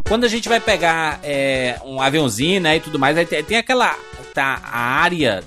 Quando a gente vai pegar um aviãozinho, né, e tudo mais, aí tem aquela a área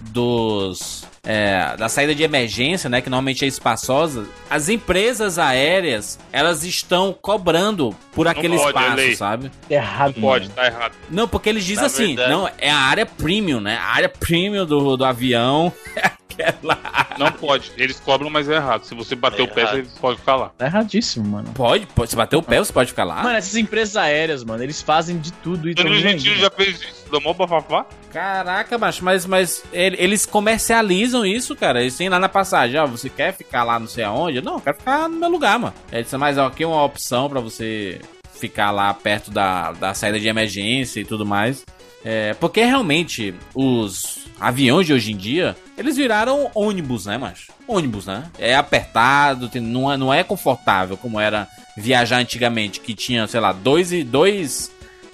da saída de emergência, né, que normalmente é espaçosa. As empresas aéreas, elas estão cobrando por aquele espaço, sabe? Errado. Não pode, tá errado. Não, porque eles dizem assim, não, é a área premium, né? A área premium do avião é aquela... Não pode, eles cobram, mas é errado. Se você bater o pé, você pode ficar lá. Tá erradíssimo, mano. Pode, se bater o pé, você pode ficar lá. Mano, essas empresas aéreas, mano, eles fazem de tudo e O Gentil já fez isso, do mó bafafá. Caraca, macho, mas eles comercializam isso, cara. Eles têm lá na passagem, ó, você quer ficar lá não sei aonde? Não, eu quero ficar no meu lugar, mano. Eles dizem, mas ó, aqui é uma opção pra você ficar lá perto da saída de emergência e tudo mais. Porque realmente os aviões de hoje em dia, eles viraram ônibus, né, macho? Ônibus, né? É apertado, não é confortável como era viajar antigamente, que tinha, sei lá, dois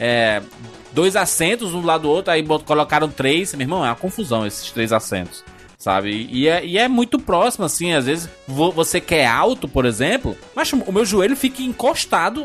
assentos um do lado do outro, aí colocaram 3. Meu irmão, é uma confusão esses 3 assentos, sabe? E é muito próximo, assim, às vezes você que é alto, por exemplo, mas o meu joelho fica encostado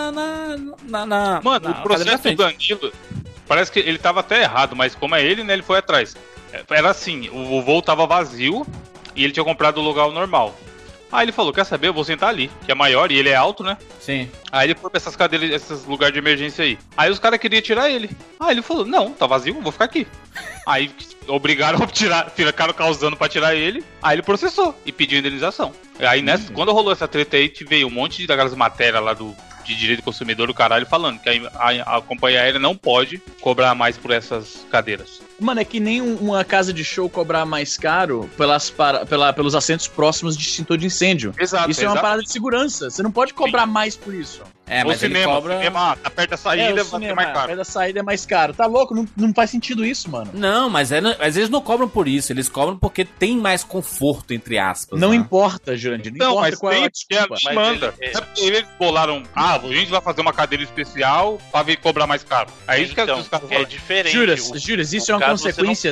Mano, o processo do Danilo, parece que ele tava até errado, mas como é ele, né, ele foi atrás. Era assim, o voo tava vazio e ele tinha comprado o lugar normal. Aí ele falou, quer saber, eu vou sentar ali, que é maior e ele é alto, né? Sim. Aí ele foi pra essas cadeiras, esses lugares de emergência aí. Aí os caras queriam tirar ele. Aí ele falou, não, tá vazio, vou ficar aqui. Aí obrigaram a tirar, ficaram causando pra tirar ele. Aí ele processou e pediu indenização. Aí quando rolou essa treta aí, veio um monte daquelas matérias lá de direito do consumidor do caralho falando que a companhia aérea não pode cobrar mais por essas cadeiras. Mano, é que nem uma casa de show cobrar mais caro pelos assentos próximos de extintor de incêndio. Exato. Isso é uma parada de segurança. Você não pode cobrar mais por isso. Mas cinema, ele cobra... tá perto da saída, vai ser mais caro. Perto da saída é mais caro. Tá louco? Não faz sentido isso, mano. Não, mas às vezes não cobram por isso. Eles cobram porque tem mais conforto, entre aspas. Não né? importa, Jurandir. Não importa mas qual é a desculpa. desculpa. Manda. Eles bolaram, a gente vai fazer uma cadeira especial pra vir cobrar mais caro. É isso então, que os caras falam. É diferente. Juras, isso é uma consequência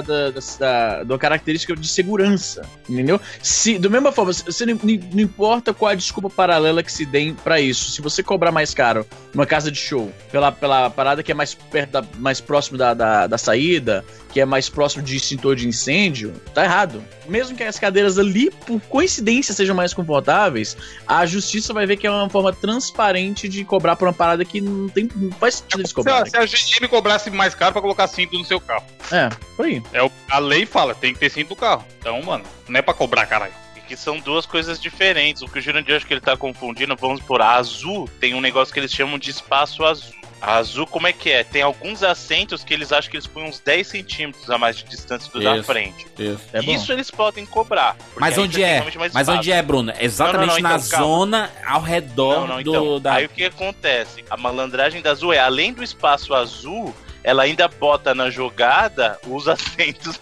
da característica de segurança, entendeu? Da mesma forma, você não importa qual a desculpa paralela que se deem pra isso. Se você cobrar mais caro numa casa de show, pela parada que é mais perto mais próximo da saída, que é mais próximo de extintor de incêndio, tá errado. Mesmo que as cadeiras ali, por coincidência, sejam mais confortáveis, a justiça vai ver que é uma forma transparente de cobrar por uma parada que não faz sentido eles cobrar. Se a GM cobrasse mais caro pra colocar cinto no seu carro. Por aí. A lei fala, tem que ter cinto no carro. Então, mano, não é pra cobrar, caralho. Que são duas coisas diferentes. O que o Jurandir acho que ele tá confundindo, vamos por a Azul tem um negócio que eles chamam de espaço azul. A Azul, como é que é? Tem alguns assentos que eles acham que eles põem uns 10 centímetros a mais de distância do da frente. Isso eles podem cobrar. Mas onde é? Mas onde é, Bruno? Exatamente na zona ao redor da... Aí o que acontece? A malandragem da Azul além do espaço azul, ela ainda bota na jogada os assentos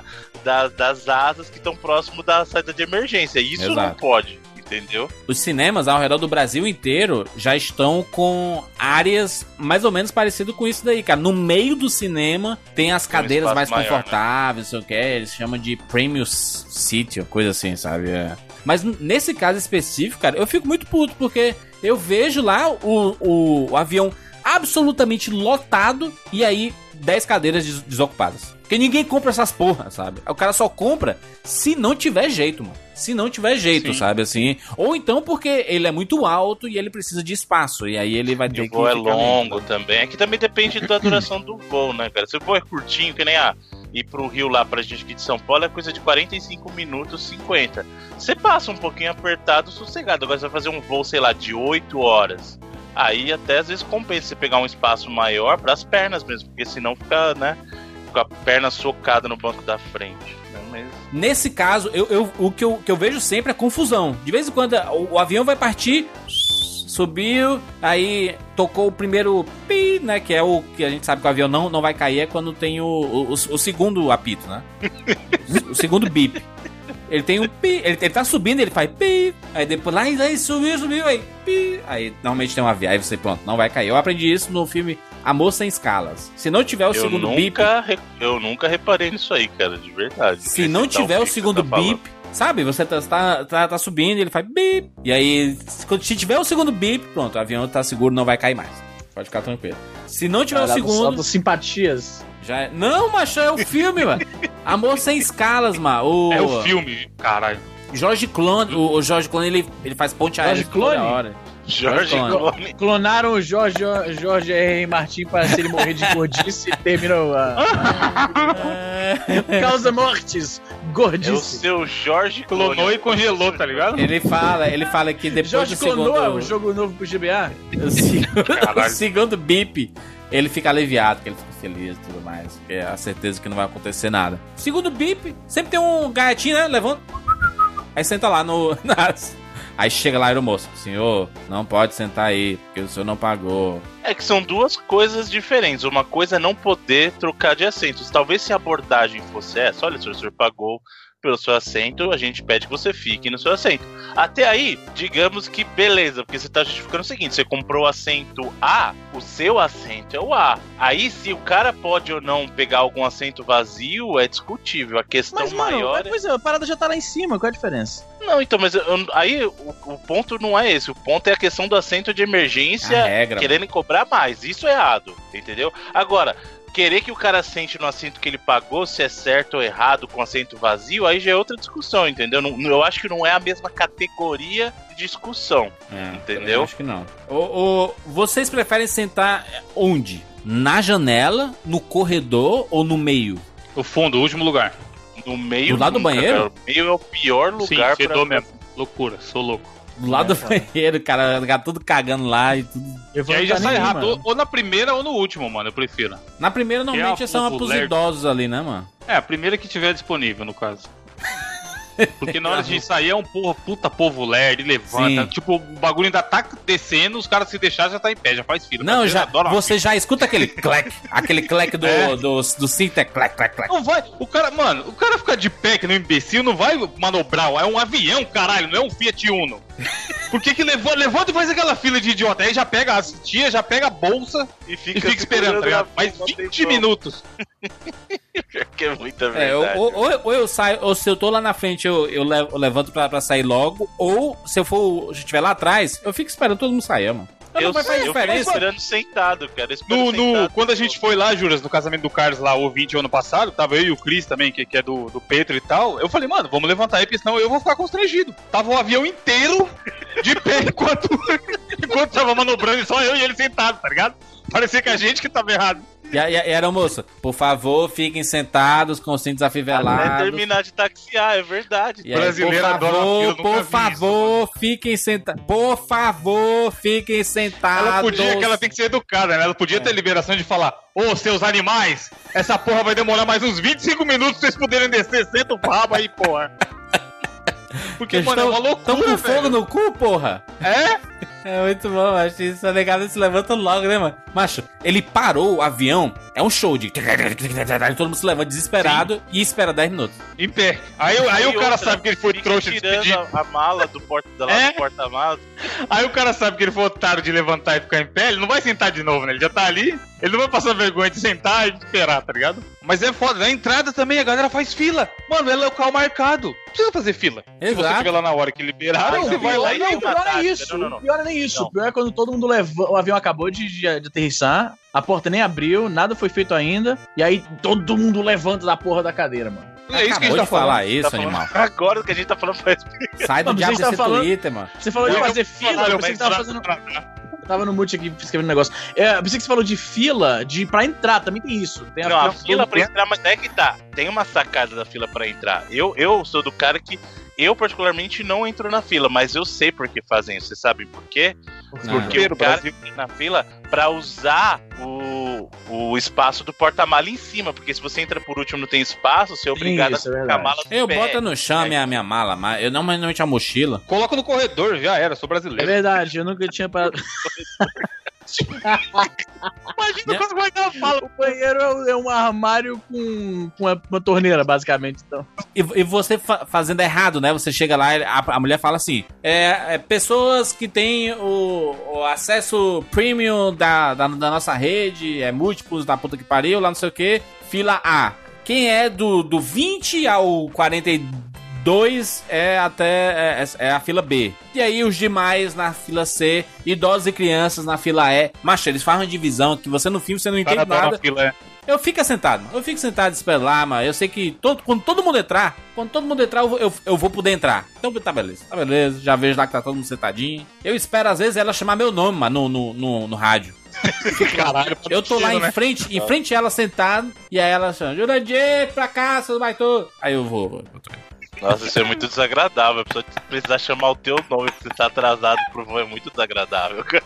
das asas que estão próximo da saída de emergência. Isso não pode, entendeu? Os cinemas ao redor do Brasil inteiro já estão com áreas mais ou menos parecidas com isso daí, cara. No meio do cinema tem as cadeiras mais confortáveis, não sei o que, eles chamam de premium seat, coisa assim, sabe? Mas nesse caso específico, cara, eu fico muito puto, porque eu vejo lá o avião absolutamente lotado e aí 10 cadeiras desocupadas. Porque ninguém compra essas porra, sabe? O cara só compra se não tiver jeito, mano. Se não tiver jeito, sabe, assim. Ou então porque ele é muito alto e ele precisa de espaço. E aí ele vai ter que... O voo é longo também. Aqui também depende da duração do voo, né, cara? Se o voo é curtinho, que nem ir pro Rio lá pra gente aqui de São Paulo, é coisa de 45 minutos, 50. Você passa um pouquinho apertado, sossegado. Agora você vai fazer um voo, sei lá, de 8 horas. Aí até às vezes compensa você pegar um espaço maior pras pernas mesmo, porque senão fica, né, com a perna socada no banco da frente. Né? Mas... Nesse caso, o que eu vejo sempre é confusão. De vez em quando o avião vai partir, subiu, aí tocou o primeiro pi, né, que é o que a gente sabe que o avião não vai cair, é quando tem o segundo apito, né? O segundo bip. Ele tem um pi, ele tá subindo, ele faz pi, aí depois lá, aí subiu, aí pi, aí normalmente tem uma viagem, aí você pronto, não vai cair. Eu aprendi isso no filme Amor Sem Escalas. Se não tiver o segundo bip... Eu nunca reparei nisso aí, cara, de verdade. Se não tiver o segundo bip, sabe, você tá subindo, ele faz bip, e aí, se tiver o segundo bip, pronto, o avião tá seguro, não vai cair mais. Pode ficar tranquilo. Se não tiver o segundo... Só simpatias. Já é... Não, macho, é o filme, mano. Amor Sem Escalas, mano. É o filme, caralho. Jorge Clooney, o Jorge Clooney, ele faz ponte aérea toda hora. Jorge Clooney. Clonaram o Jorge R. Martin para se ele morrer de gordice e terminou causa mortes, gordice. É o seu Jorge Clooney. Clonou e congelou, tá ligado? Ele fala que depois Jorge do segundo... clonou o jogo novo pro GBA? O segundo bip, ele fica aliviado, que ele fica feliz e tudo mais. Porque é a certeza que não vai acontecer nada. Segundo bip, sempre tem um gaiatinho, né? Levanta. Aí senta lá Aí chega lá a aeromoça. Senhor, não pode sentar aí, porque o senhor não pagou. É que são duas coisas diferentes. Uma coisa é não poder trocar de assentos. Talvez se a abordagem fosse essa, olha, se o senhor pagou pelo seu assento, a gente pede que você fique no seu assento. Até aí, digamos que beleza, porque você tá justificando o seguinte, você comprou o assento A, o seu assento é o A. Aí, se o cara pode ou não pegar algum assento vazio, é discutível. A questão maior... Pois é, a parada já tá lá em cima, qual é a diferença? Não, então, mas aí o ponto não é esse. O ponto é a questão do assento de emergência querendo cobrar mais. Isso é errado, entendeu? Agora... Querer que o cara sente no assento que ele pagou, se é certo ou errado com assento vazio, aí já é outra discussão, entendeu? Eu acho que não é a mesma categoria de discussão, entendeu? Eu acho que não. Vocês preferem sentar onde? Na janela, no corredor ou no meio? No fundo, o último lugar. No meio. Do lado do banheiro? Cara, o meio é o pior lugar. Sim, fedor mesmo. Loucura, sou louco. Do lado do banheiro, cara, tudo cagando lá e tudo. E aí já sai errado, ou na primeira ou no último, mano, eu prefiro. Na primeira, normalmente, são pros idosos ali, né, mano? É, a primeira que tiver disponível, no caso. Porque na hora de sair é um puta povo lerdo, levanta. Sim. Tipo, o bagulho ainda tá descendo, os caras se deixar já tá em pé, já faz fila. Não, você já escuta aquele clack, aquele clack do cinto, é clack, clack, clack. Não vai, o cara fica de pé que nem um imbecil, não vai manobrar, é um avião, caralho, não é um Fiat Uno. Por que levanta e faz aquela fila de idiota? Aí já pega as tias, já pega a bolsa e fica esperando, tá ligado? Mais 20 minutos. Que é muita verdade. Ou eu saio, ou se eu tô lá na frente, eu levanto pra sair logo, ou se eu estiver lá atrás, eu fico esperando todo mundo sair, mano. Eu fico esperando sentado, cara. Quando a gente foi lá, Juras, no casamento do Carlos lá, o 20 ano passado, tava eu e o Cris também, que é do Pedro e tal. Eu falei, mano, vamos levantar aí, porque senão eu vou ficar constrangido. Tava o avião inteiro de pé enquanto tava manobrando, só eu e ele sentado, tá ligado? Parecia que a gente que tava errado. E era, moça, por favor, fiquem sentados com os cintos afivelados. Até terminar de taxiar, é verdade. E aí, por favor, fiquem sentados. Por favor, fiquem sentados. Ela tem que ser educada, né? Ela podia ter liberação de falar, seus animais, essa porra vai demorar mais uns 25 minutos pra vocês poderem descer, senta o rabo aí, porra. Porque, mano, é uma loucura, tão com fogo no cu, porra. É muito bom, acho isso. A negada se levanta logo, né, mano? Macho, ele parou o avião, é um show de... Todo mundo se levanta desesperado. Sim. E espera 10 minutos. Em pé. Aí o cara sabe que ele foi trouxa de pedir. A mala do porta-malas. Aí o cara sabe que ele foi otário de levantar e ficar em pé, ele não vai sentar de novo, né? Ele já tá ali, ele não vai passar vergonha de sentar e de esperar, tá ligado? Mas é foda, na entrada também a galera faz fila. Mano, é local marcado. Não precisa fazer fila. Exato. Se você estiver lá na hora que liberaram, você vai lá e... Não, pior é isso. Não. Pior é isso. O pior é quando todo mundo o avião acabou de aterrissar, a porta nem abriu, nada foi feito ainda, e aí todo mundo levanta da porra da cadeira, mano. É isso que a gente tá falando. Isso, animal. Agora que a gente tá falando faz... Sai do diabo desse Twitter, mano. Você falou de fazer fila, eu pensei que tava fazendo... Tava no mute aqui escrevendo um negócio. Eu pensei que você falou de fila pra entrar, também tem isso. Tem a fila pra entrar, mas é que tá. Tem uma sacada da fila pra entrar. Eu sou do cara que... Eu, particularmente, não entro na fila, mas eu sei por que fazem isso. Vocês sabem por quê? Porque o cara entra na fila pra usar o espaço do porta-mala em cima. Porque se você entra por último e não tem espaço, você é obrigado a ficar a mala no pé. Eu boto no chão a minha mala, mas eu normalmente a mochila. Coloca no corredor, já era, sou brasileiro. É verdade, eu nunca tinha parado. Imagina quando vai dar fala. O banheiro é um armário com uma torneira, basicamente. Então. E você fazendo errado, né? Você chega lá, a mulher fala assim: pessoas que têm o acesso premium da nossa rede, múltiplos da puta que pariu, lá não sei o que, fila A. Quem é do 20 ao 42 2 é até é a fila B. E aí os demais na fila C, idosos e crianças na fila E. Macho, eles fazem uma divisão que você no filme você não entende nada. Eu fico sentado e espero lá, mas eu sei que quando todo mundo entrar, eu vou poder entrar. Então tá beleza, já vejo lá que tá todo mundo sentadinho. Eu espero às vezes ela chamar meu nome, mano, no rádio. Caralho, eu tô lá em frente a ela sentado, e aí ela chama, Jurandir, pra cá, seus baitolos. Aí eu vou. Nossa, isso é muito desagradável. A pessoa precisar chamar o teu nome porque você tá atrasado pro voo é muito desagradável, cara.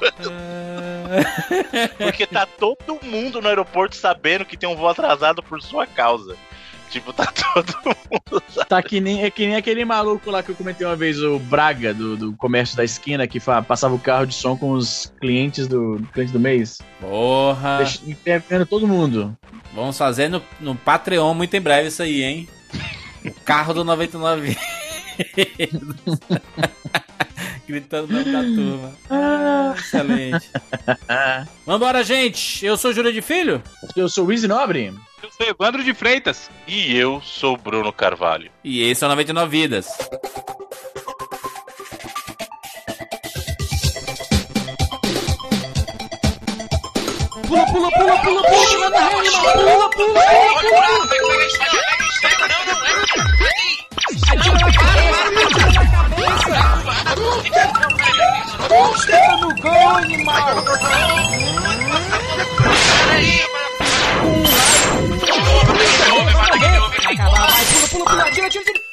Porque tá todo mundo no aeroporto sabendo que tem um voo atrasado por sua causa. Tipo, tá todo mundo sabendo. Tá que nem aquele maluco lá que eu comentei uma vez, o Braga, do comércio da esquina, que passava o carro de som com os clientes do mês. Porra! Interviando todo mundo. Vamos fazer no Patreon muito em breve isso aí, hein? O carro do 99 gritando o nome da turma. Excelente. Vambora, gente. Eu sou Júlio de Filho. Eu sou o Izzy Nobre. Eu sou Evandro de Freitas. E eu sou Bruno Carvalho. E esse é o 99 Vidas. Pula, pula, pula, pula, pula, pula, pula. Atira na cabeça! No gol, animal! Pula, pula, pula, atira, atira, atira!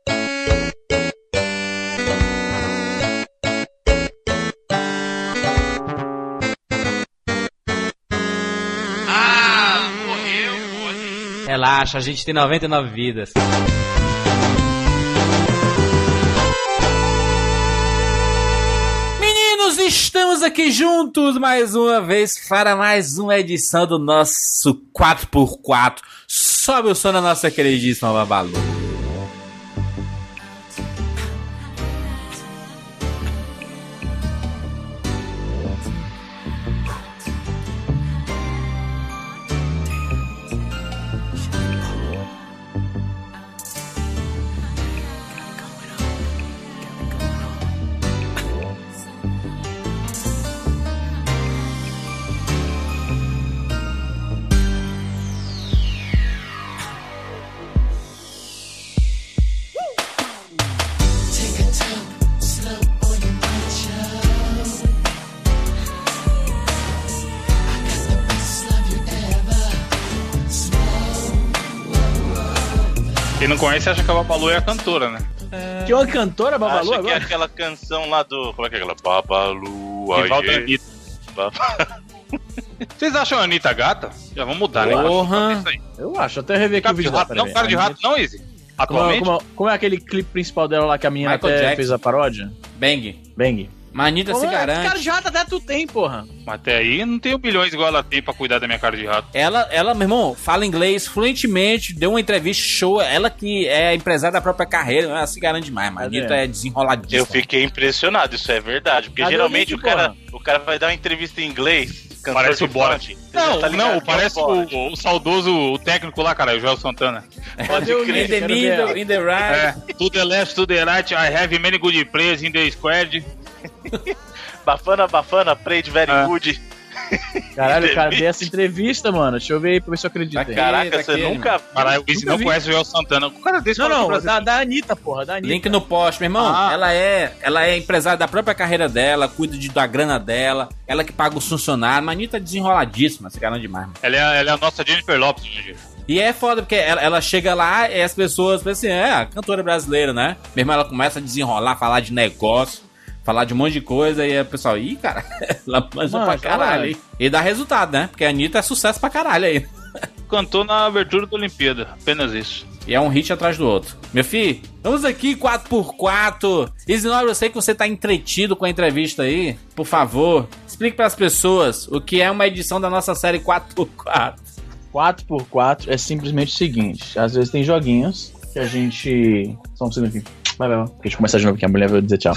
Relaxa, a gente tem 99 vidas. Meninos, estamos aqui juntos mais uma vez para mais uma edição do nosso 4x4. Sobe o som da nossa queridíssima Babalu. Quem não conhece acha que a Babalu é a cantora, né? Tem uma cantora, Babalu, acha agora? que é aquela canção lá do... Como é que é aquela? Babalu, Rival da Anitta. Vocês acham a Anitta gata? Já vamos mudar, né? Porra! Eu acho, até rever aqui o vídeo dela. Não, cara de rato não, Izzy. Atualmente? Como é aquele clipe principal dela lá que a menina Michael até Jackson. fez a paródia? Bang. Mas Anitta se garante. Cara de rato até tu tem, porra. Mas até aí não tenho bilhões igual ela tem pra cuidar da minha cara de rato. Ela, meu irmão, fala inglês fluentemente, deu uma entrevista show. Ela que é empresária da própria carreira, ela se garante demais. Mas Anitta é desenroladíssima. Eu fiquei impressionado, isso é verdade. Porque geralmente o cara vai dar uma entrevista em inglês. Parece o Borat. Não, parece o saudoso o técnico lá, cara, o Joel Santana. Pode crer. In the middle, in the right. To the left, to the right, I have many good players in the squad. Bafana, played very good. Caralho, cara, dei essa entrevista, mano. Deixa eu ver aí pra ver se eu acredito. Caraca, você nunca... Caralho, o Izzy não conhece o Joel Santana. O cara desse da Anitta, porra, da Anitta. Link no post, meu irmão. Ela é empresária da própria carreira dela, cuida da grana dela, ela que paga os funcionários. Mas a Anitta é desenroladíssima, se garante demais, mano. Ela é a nossa Jennifer Lopez, hoje. E é foda, porque ela chega lá e as pessoas pensam assim, a cantora brasileira, né? Meu irmão, ela começa a desenrolar, falar de negócio, falar de um monte de coisa, e o pessoal, ih, cara, ela manja pra caralho aí. E dá resultado, né? Porque a Anitta é sucesso pra caralho aí. Cantou na abertura da Olimpíada, apenas isso. E é um hit atrás do outro. Meu filho, vamos aqui 4x4. Izzy Nobre, eu sei que você tá entretido com a entrevista aí. Por favor, explique pras pessoas o que é uma edição da nossa série 4x4. 4x4 é simplesmente o seguinte: às vezes tem joguinhos que a gente... Só um segundo aqui. Vai. Deixa eu começar de novo que a mulher vai dizer tchau.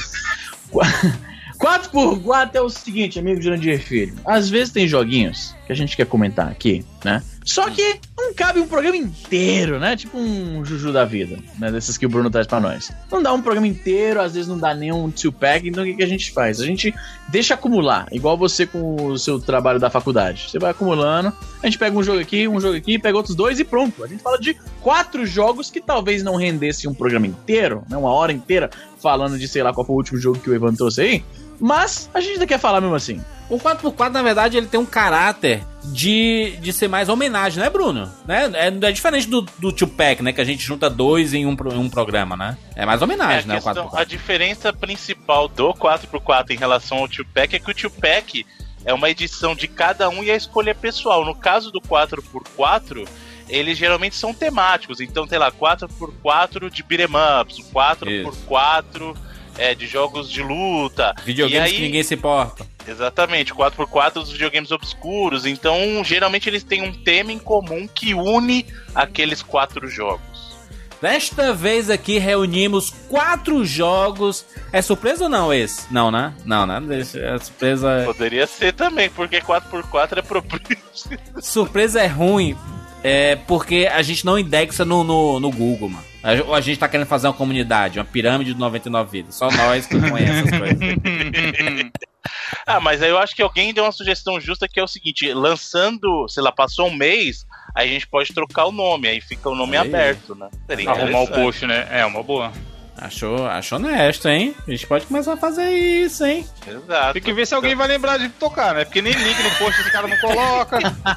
4x4 é o seguinte, amigo Jurandir Filho. Às vezes tem joguinhos que a gente quer comentar aqui, né? Só que não cabe um programa inteiro, né? Tipo um Juju da vida, né? Desses que o Bruno traz pra nós. Não dá um programa inteiro, às vezes não dá nem um 2-pack, então o que a gente faz? A gente deixa acumular, igual você com o seu trabalho da faculdade. Você vai acumulando, a gente pega um jogo aqui, pega outros 2 e pronto. A gente fala de 4 jogos que talvez não rendessem um programa inteiro, né? 1 hora inteira falando de, sei lá, qual foi o último jogo que o Evan trouxe aí. Mas a gente ainda quer falar mesmo assim. O 4x4, na verdade, ele tem um caráter de ser mais homenagem, né, Bruno? Né? É diferente do 2-pack, né? Que a gente junta 2 em um programa, né? É mais homenagem, né? O 4x4. A diferença principal do 4x4 em relação ao 2-pack é que o 2-pack é uma edição de cada um e a escolha é pessoal. No caso do 4x4, eles geralmente são temáticos. Então tem lá 4x4 de beat'em ups, 4x4 de jogos de luta. Videogames que ninguém se importa. Exatamente, 4x4 dos videogames obscuros. Então, geralmente eles têm um tema em comum que une aqueles 4 jogos. Desta vez aqui reunimos 4 jogos. É surpresa ou não esse? Não, né? Não, né? É surpresa. Poderia ser também, porque 4x4 é propício. Surpresa é ruim. Porque a gente não indexa no Google, mano. A gente tá querendo fazer uma comunidade, uma pirâmide de 99 vidas. Só nós que conhecemos essas coisas. Mas aí eu acho que alguém deu uma sugestão justa que é o seguinte: lançando, sei lá, passou um mês, aí a gente pode trocar o nome, aí fica o nome aberto, né? Arrumar o post, né? É uma boa. Achou honesto, hein? A gente pode começar a fazer isso, hein? Exato. Tem que ver se alguém vai lembrar de tocar, né? Porque nem link no post esse cara não coloca.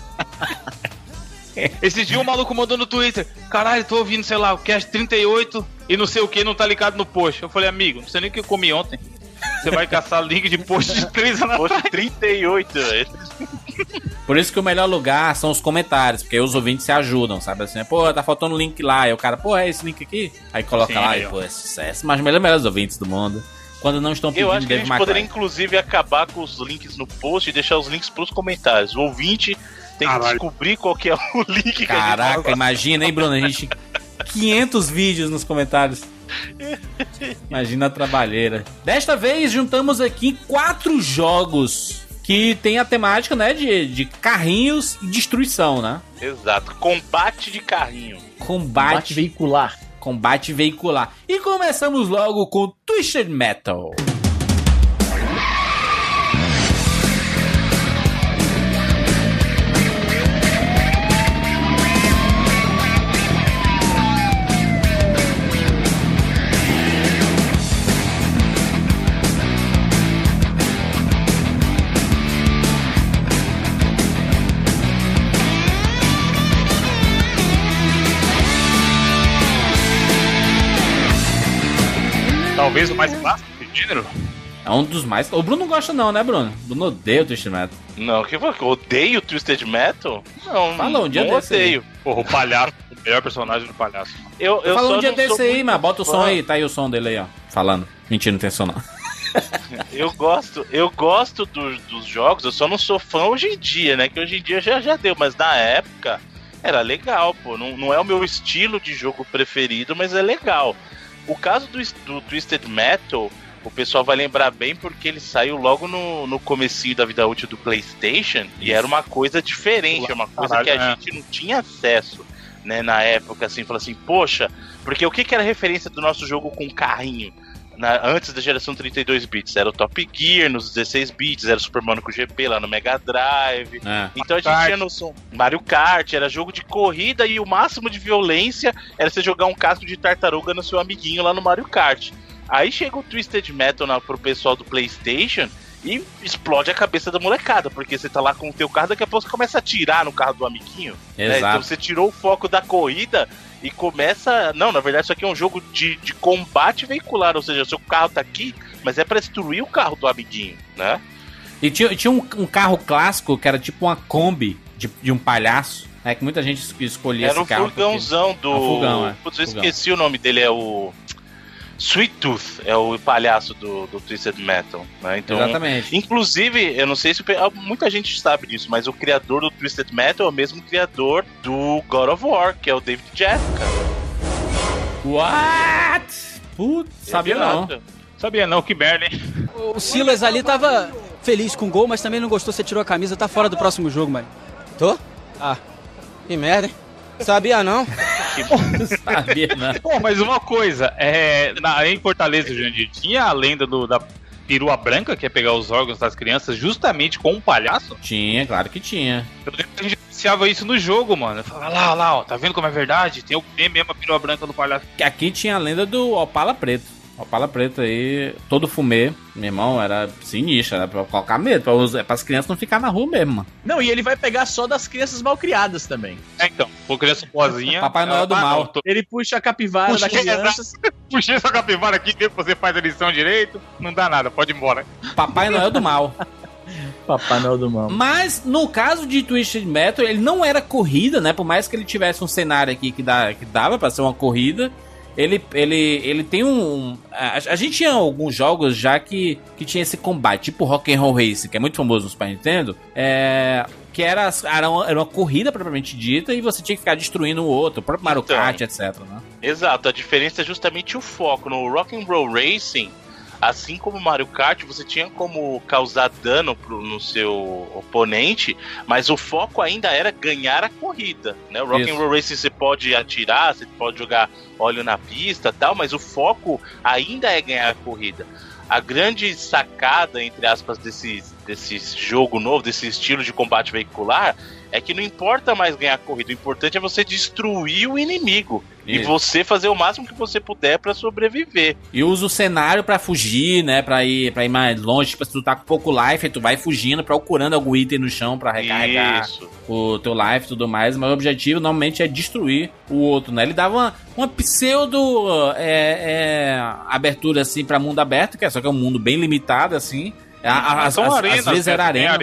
Esse dia o maluco mandou no Twitter: caralho, tô ouvindo, sei lá, o Cast 38 e não sei o que, não tá ligado no post. Eu falei: amigo, não sei nem o que eu comi ontem. Você vai caçar link de post de 3 anos atrás. Post 38, velho. Por isso que o melhor lugar são os comentários, porque aí os ouvintes se ajudam, sabe assim? Pô, tá faltando link lá. Aí o cara, pô, é esse link aqui? Aí coloca lá e, pô, é sucesso. Mas melhores ouvintes do mundo. Quando não estão pedindo, eu acho que a gente poderia, inclusive, acabar com os links no post e deixar os links pros comentários. O ouvinte tem que descobrir qual que é o link. Caraca, que imagina, hein, Bruno? A gente 500 vídeos nos comentários. Imagina a trabalheira. Desta vez juntamos aqui 4 jogos que tem a temática, né, de carrinhos e destruição, né? Exato, combate de carrinho. Combate veicular. Combate veicular. E começamos logo com Twisted Metal. Talvez o mais clássico do gênero. É um dos mais... O Bruno não gosta não, né, Bruno? O Bruno odeia o Twisted Metal. Não, que eu odeio o Twisted Metal? Não, fala um dia não desse odeio. Aí. Porra, o palhaço, o melhor personagem do palhaço. Eu fala um dia desse aí, mas bota o som aí, tá aí o som dele aí, ó. Falando. Mentira, não tem som não. Eu gosto dos jogos, eu só não sou fã hoje em dia, né? Que hoje em dia já deu, mas na época era legal, pô. Não é o meu estilo de jogo preferido, mas é legal. O caso do Twisted Metal, o pessoal vai lembrar bem porque ele saiu logo no comecinho da vida útil do PlayStation. E era uma coisa diferente, uma coisa que a gente não tinha acesso, né, na época, assim, falou assim, poxa, porque o que era referência do nosso jogo com carrinho? Antes da geração 32 bits, era o Top Gear nos 16 bits, era o Super Monaco GP lá no Mega Drive. Então a gente tinha noção. Mario Kart era jogo de corrida e o máximo de violência era você jogar um casco de tartaruga no seu amiguinho lá no Mario Kart. Aí chega o Twisted Metal pro pessoal do PlayStation e explode a cabeça da molecada, porque você tá lá com o teu carro, daqui a pouco você começa a atirar no carro do amiguinho. Exato. Né? Então você tirou o foco da corrida e começa... Não, na verdade isso aqui é um jogo de combate veicular, ou seja, o seu carro tá aqui, mas é pra destruir o carro do amiguinho, né? E tinha um carro clássico que era tipo uma Kombi de um palhaço, né? Que muita gente escolhia esse carro. Era o furgãozão do... Um furgão, Putz, eu esqueci o nome dele, é o... Sweet Tooth é o palhaço do Twisted Metal, né? Então, exatamente. Inclusive, eu não sei se muita gente sabe disso, mas o criador do Twisted Metal é o mesmo criador do God of War, que é o David Jaffa. What? Putz, sabia não. Sabia não, que merda, hein? O Silas ali tava feliz com o gol, mas também não gostou, você tirou a camisa, tá fora do próximo jogo, mano. Tô? Ah. Que merda, hein? Sabia não? Sabia não. Pô, mas uma coisa, em Fortaleza, Jandir, tinha a lenda da perua branca, que é pegar os órgãos das crianças justamente com um palhaço? Tinha, claro que tinha. Eu lembro que a gente anunciava isso no jogo, mano. Eu falava, lá, ó, tá vendo como é verdade? Tem mesmo a perua branca do palhaço. Aqui tinha a lenda do Opala Preto. Opala Preto aí, todo fumê, meu irmão, era sinistro, era pra colocar medo, pra as crianças não ficar na rua mesmo, mano. Não, e ele vai pegar só das crianças mal criadas também. Então, por criança boazinha. Papai Noel do mal. Ele puxa a capivara da criança. Puxei sua capivara aqui, vê que você faz a lição direito, não dá nada, pode ir embora. Papai Noel do mal. Papai Noel do mal. Mas, no caso de Twisted Metal, ele não era corrida, né? Por mais que ele tivesse um cenário aqui que dava pra ser uma corrida, ele tem a gente tinha alguns jogos já que tinha esse combate, tipo Rock'n'Roll Racing, que é muito famoso no Super Nintendo, que era uma corrida propriamente dita e você tinha que ficar destruindo o outro, o próprio Mario Kart, etc, né? Exato, a diferença é justamente o foco. No Rock'n'Roll Racing, assim como Mario Kart, você tinha como causar dano no seu oponente, mas o foco ainda era ganhar a corrida, né? O Rock'n'Roll Racing você pode atirar, você pode jogar óleo na pista e tal, mas o foco ainda é ganhar a corrida. A grande sacada, entre aspas, desse jogo novo, desse estilo de combate veicular, é que não importa mais ganhar a corrida, o importante é você destruir o inimigo. Isso. E você fazer o máximo que você puder pra sobreviver. E usa o cenário pra fugir, né? Pra ir mais longe. Tipo, se tu tá com pouco life, tu vai fugindo, procurando algum item no chão pra recarregar o teu life e tudo mais. Mas o objetivo normalmente é destruir o outro, né? Ele dava uma pseudo abertura assim pra mundo aberto, que é só que é um mundo bem limitado, assim. Às vezes era arena.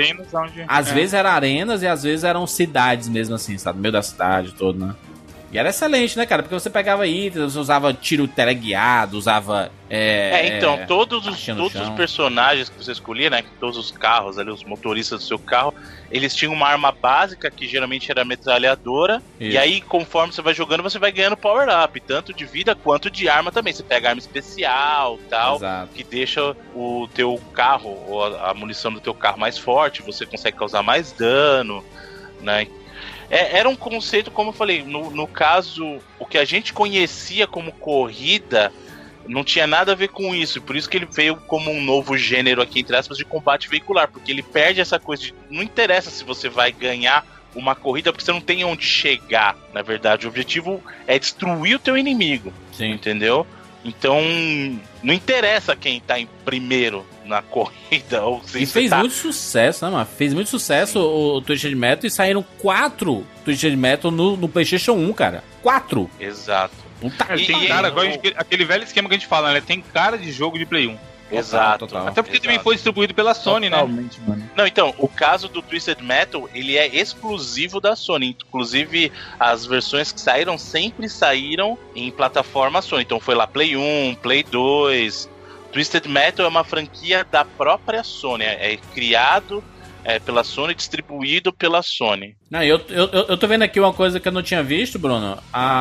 Às vezes era arenas e às vezes eram cidades mesmo assim, sabe? No meio da cidade todo, né? E era excelente, né, cara? Porque você pegava itens, você usava tiro teleguiado, usava... então, todos os personagens que você escolhia, né? Todos os carros ali, os motoristas do seu carro, eles tinham uma arma básica, que geralmente era metralhadora. Isso. E aí, conforme você vai jogando, você vai ganhando power-up, tanto de vida quanto de arma também. Você pega arma especial tal, exato, que deixa o teu carro, ou a munição do teu carro mais forte, você consegue causar mais dano, né? Era um conceito, como eu falei, no caso, o que a gente conhecia como corrida não tinha nada a ver com isso, por isso que ele veio como um novo gênero aqui, entre aspas, de combate veicular, porque ele perde essa coisa de, não interessa se você vai ganhar uma corrida, porque você não tem onde chegar, na verdade, o objetivo é destruir o teu inimigo. Sim. Entendeu? Então, não interessa quem tá em primeiro na corrida. Ou se e fez muito sucesso, né, mano? Fez muito sucesso. Sim. O Twisted Metal, e saíram 4 Twisted Metal no PlayStation 1, cara. 4! Exato. Tem cara, aquele velho esquema que a gente fala, né? Tem cara de jogo de Play 1. Exato. Total. Até porque também foi distribuído pela Sony, totalmente, né? Mano. Não, então, o caso do Twisted Metal, ele é exclusivo da Sony. Inclusive, as versões que saíram sempre saíram em plataforma Sony. Então foi lá Play 1, Play 2. Twisted Metal é uma franquia da própria Sony. É criado pela Sony, distribuído pela Sony. Não, eu tô vendo aqui uma coisa que eu não tinha visto, Bruno.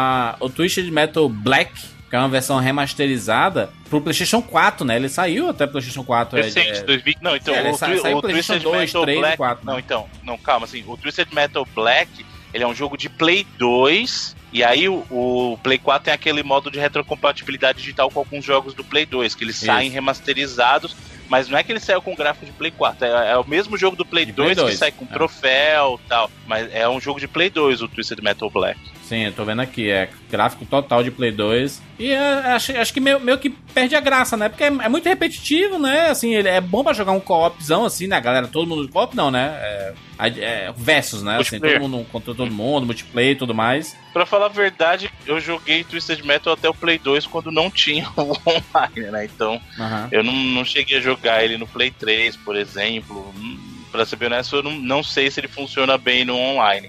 O Twisted Metal Black, que é uma versão remasterizada pro PlayStation 4, né? Ele saiu até pro PlayStation 4. Recente, 2000. Não, então, o Twisted Metal Black... 4, né? Não, calma, assim, o Twisted Metal Black, ele é um jogo de Play 2, e aí o Play 4 tem aquele modo de retrocompatibilidade digital com alguns jogos do Play 2, que eles saem remasterizados, mas não é que ele saiu com gráfico de Play 4, é o mesmo jogo do Play 2 que sai com troféu e tal, mas é um jogo de Play 2, o Twisted Metal Black. Sim, eu tô vendo aqui, gráfico total de Play 2. E acho que meio que perde a graça, né? Porque é muito repetitivo, né? Assim, ele é bom pra jogar um co-opzão, assim, né? Galera, todo mundo... Co-op não, né? Versus, né? Assim, todo mundo contra todo mundo, multiplayer e tudo mais. Pra falar a verdade, eu joguei Twisted Metal até o Play 2 quando não tinha o online, né? Então, eu não cheguei a jogar ele no Play 3, por exemplo. Pra ser bem honesto, eu não sei se ele funciona bem no online.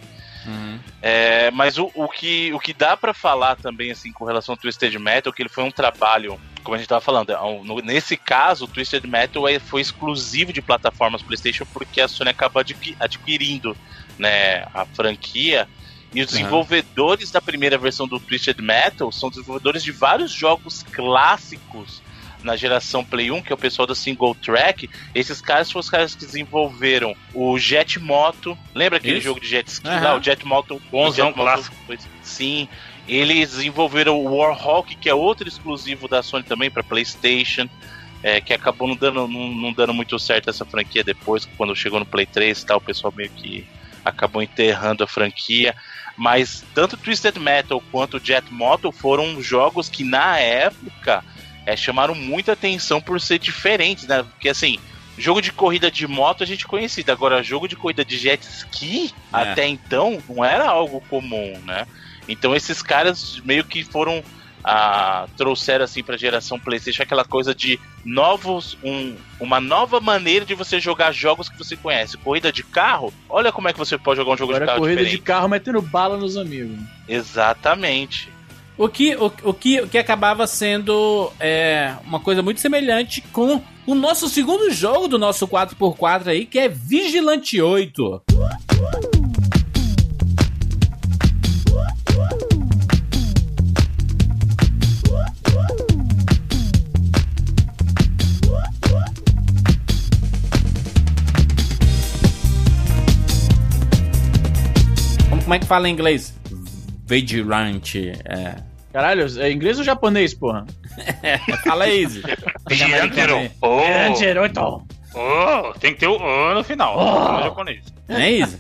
Mas o que dá pra falar também, assim, com relação ao Twisted Metal, que ele foi um trabalho, como a gente tava falando, nesse caso o Twisted Metal foi exclusivo de plataformas PlayStation, porque a Sony acaba adquirindo, né, a franquia, e os desenvolvedores da primeira versão do Twisted Metal são desenvolvedores de vários jogos clássicos na geração Play 1, que é o pessoal da Single Track. Esses caras foram os caras que desenvolveram o Jet Moto. Lembra aquele jogo de jet ski lá? O Jet Moto. Bonzão clássico. Sim. Eles desenvolveram o Warhawk, que é outro exclusivo da Sony também para PlayStation. Que acabou não dando muito certo essa franquia depois, quando chegou no Play 3 e tal, o pessoal meio que acabou enterrando a franquia. Mas tanto Twisted Metal quanto Jet Moto foram jogos que na época chamaram muita atenção por ser diferentes, né? Porque assim, jogo de corrida de moto a gente conhecia, agora jogo de corrida de jet ski até então não era algo comum, né? Então esses caras meio que foram trouxeram assim pra geração PlayStation aquela coisa de uma nova maneira de você jogar jogos que você conhece. Corrida de carro, olha como é que você pode jogar um jogo de carro corrida diferente. De carro metendo bala nos amigos. Exatamente. O que acabava sendo uma coisa muito semelhante com o nosso segundo jogo do nosso 4x4 aí, que é Vigilante 8. Como é que fala em inglês? Vigilante. Caralho, é inglês ou japonês, porra? Fala aí, Izzy. Vigilante 8. Tem que ter o O no final. No japonês. É isso?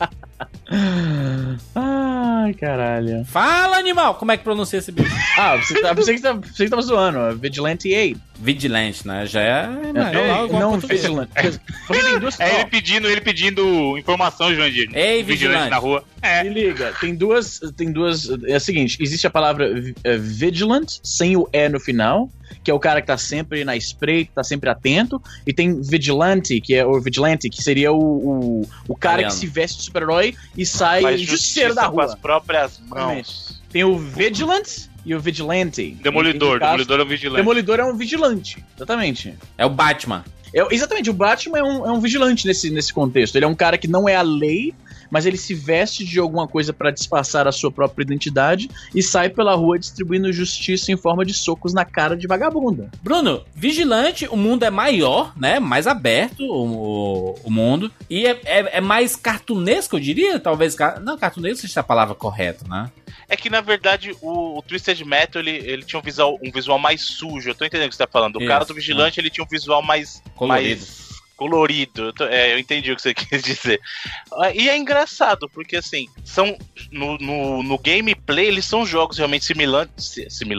Ai, caralho. Fala, animal! Como é que pronuncia esse bicho? Você que tava zoando. Vigilante 8. Vigilante, né? Já é... Não, Vigilante. Porque tem duas... ele pedindo informação, Jurandir. Ei, Vigilante na rua. Se liga, tem duas... É o seguinte, existe a palavra Vigilant, sem o E no final, que é o cara que tá sempre na espreita, tá sempre atento, e tem Vigilante, que é o Vigilante, que seria o cara que se veste de super-herói e sai justiceiro da rua. Com as próprias mãos. Tem o Vigilant e o Vigilante. Demolidor é um vigilante. Demolidor é um vigilante, exatamente. É o Batman. Exatamente, o Batman é um vigilante nesse contexto. Ele é um cara que não é a lei, mas ele se veste de alguma coisa pra disfarçar a sua própria identidade e sai pela rua distribuindo justiça em forma de socos na cara de vagabunda. Bruno, Vigilante, o mundo é maior, né? Mais aberto o mundo. E é mais cartunesco, eu diria? Talvez... Não, cartunesco seja a palavra correta, né? É que, na verdade, o Twisted Metal, ele tinha um visual mais sujo. Eu tô entendendo o que você tá falando. O cara do Vigilante, ele tinha um visual mais... colorido. Eu entendi o que você quis dizer. E é engraçado, porque assim, são no gameplay, eles são jogos realmente similares.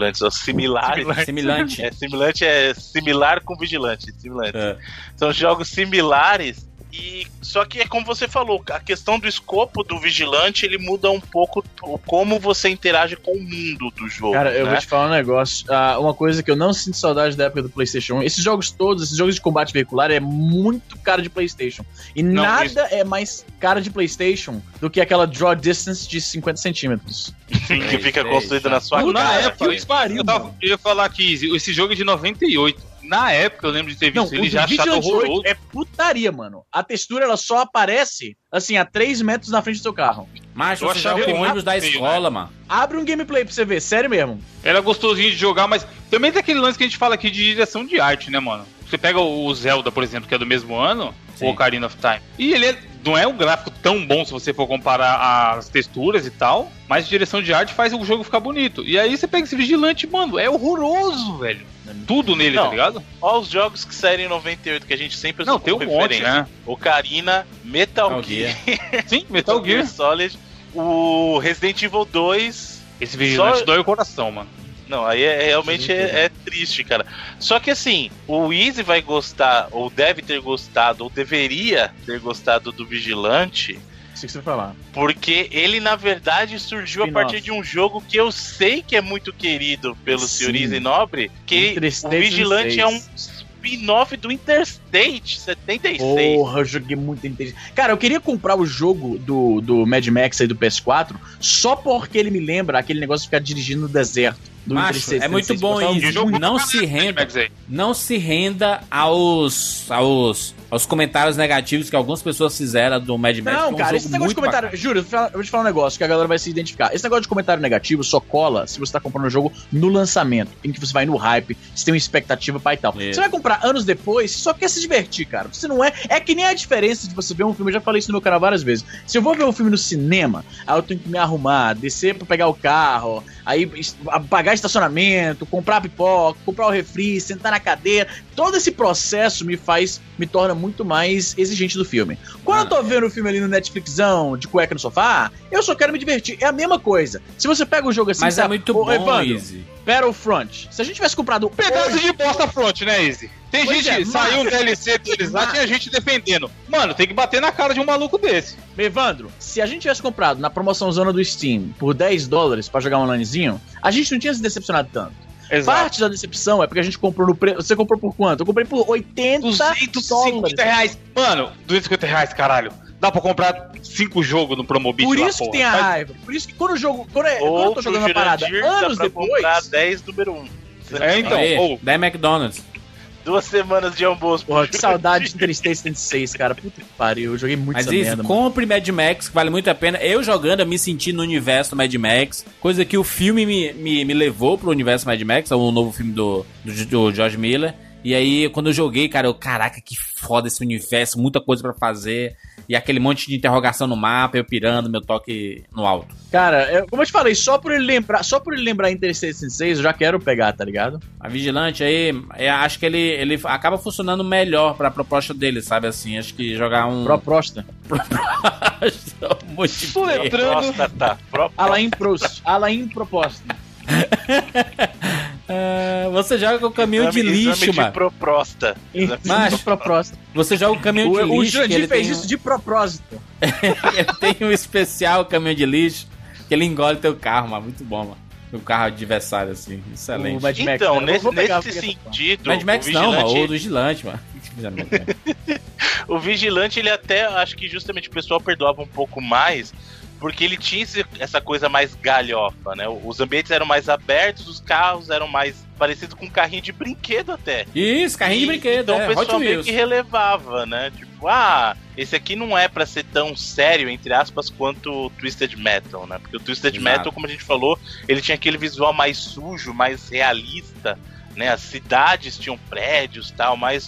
Similante é similar com Vigilante. São jogos similares. Só que é como você falou, a questão do escopo do Vigilante, ele muda um pouco como você interage com o mundo do jogo. Cara, eu vou te falar um negócio. Uma coisa que eu não sinto saudade da época do PlayStation 1. Esses jogos de combate veicular é muito cara de PlayStation. E nada é mais cara de PlayStation do que aquela draw distance de 50 centímetros. Que fica construída na sua cara. Na época, eu ia falar que esse jogo é de 98. Na época, eu lembro de ter visto ele já achado horroroso. É putaria, mano. A textura, ela só aparece, assim, a 3 metros na frente do seu carro. Mas você joga com ônibus da escola, mano. Abre um gameplay pra você ver, sério mesmo. Era gostosinho de jogar, mas também tem aquele lance que a gente fala aqui de direção de arte, né, mano? Você pega o Zelda, por exemplo, que é do mesmo ano, o Ocarina of Time, e ele não é um gráfico tão bom se você for comparar as texturas e tal, mas a direção de arte faz o jogo ficar bonito. E aí você pega esse Vigilante, mano, é horroroso, velho. Tudo nele, tá ligado? Olha os jogos que saíram em 98, que a gente sempre usou como referência, né? Ocarina, Metal Gear. Sim, Metal Gear Solid, o Resident Evil 2. Esse Vigilante dói o coração, mano. Não, aí realmente é triste, cara. Só que assim, o Easy vai gostar, ou deve ter gostado, ou deveria ter gostado do Vigilante. Isso que você vai falar. Porque ele, na verdade, surgiu a partir de um jogo que eu sei que é muito querido pelo Sr. Easy Nobre, que o Vigilante é um spin-off do Interstate 76. Porra, eu joguei muito Interstate. Cara, eu queria comprar o jogo do Mad Max aí do PS4 só porque ele me lembra aquele negócio de ficar dirigindo no deserto. Macho, é muito bom isso. Não se renda aos aos comentários negativos que algumas pessoas fizeram do Mad Max. Não, cara, esse negócio de comentário... Bacana. Juro, eu vou te falar um negócio que a galera vai se identificar. Esse negócio de comentário negativo só cola se você tá comprando o jogo no lançamento, em que você vai no hype, você tem uma expectativa pra e tal. Você vai comprar anos depois, você só quer se divertir, cara. Você não é... É que nem a diferença de você ver um filme, eu já falei isso no meu canal várias vezes. Se eu vou ver um filme no cinema, aí eu tenho que me arrumar, descer pra pegar o carro, aí pagar estacionamento, comprar pipoca, comprar o refri, sentar na cadeira. Todo esse processo me torna muito mais exigente do filme. Quando eu tô vendo o filme ali no Netflixão, de cueca no sofá, eu só quero me divertir. É a mesma coisa. Se você pega o jogo assim... Mas é muito bom, Evandro, Easy. Battlefront. Se a gente tivesse comprado... Pedaço de bosta front, né, Easy? Tem gente... Saiu um DLC deles lá, tinha gente defendendo. Mano, tem que bater na cara de um maluco desse. Evandro, se a gente tivesse comprado na promoção zona do Steam por $10 pra jogar um onlinezinho, a gente não tinha se decepcionado tanto. Exato. Parte da decepção é porque a gente comprou no preço. Você comprou por quanto? Eu comprei por $250. Mano, $250, caralho. Dá pra comprar 5 jogos no Promobit. Por isso que tem a raiva. Por isso que quando o jogo. Quando eu tô jogando uma parada anos depois. Comprar 10 número 1. Então, 10 McDonald's. 2 semanas de almoço. Porra, que saudade de Interstate 76, cara. Puta que pariu, eu joguei muito essa merda. Mas compre Mad Max, que vale muito a pena. Eu jogando, eu me senti no universo do Mad Max. Coisa que o filme me levou pro universo Mad Max, é o novo filme do George Miller. E aí, quando eu joguei, cara, caraca, que foda esse universo, muita coisa pra fazer. E aquele monte de interrogação no mapa, eu pirando, meu toque no alto. Cara, como eu te falei, só por ele lembrar Interstate 66, eu já quero pegar, tá ligado? A Vigilante aí, acho que ele acaba funcionando melhor pra proposta dele, sabe assim? Acho que jogar um... Proposta. Próstata. Alain Proposta. Você joga com o caminhão de lixo, mano. Proposta. Você joga o caminhão de lixo. O Jurandir fez isso de propósito. Ele tem um especial caminhão de lixo que ele engole teu carro, mano. Muito bom, mano. O carro adversário, assim. Excelente. Mad Max, então, nesse sentido. Mad Max não, mano. O do Vigilante, mano. O Vigilante, ele até, acho que justamente o pessoal perdoava um pouco mais, porque ele tinha essa coisa mais galhofa, né? Os ambientes eram mais abertos, os carros eram mais parecidos com um carrinho de brinquedo até. Isso, carrinho de brinquedo, então o pessoal meio que relevava, né? Tipo, esse aqui não é pra ser tão sério, entre aspas, quanto o Twisted Metal, né? Porque o Twisted Metal, como a gente falou, ele tinha aquele visual mais sujo, mais realista, né? As cidades tinham prédios e tal, mas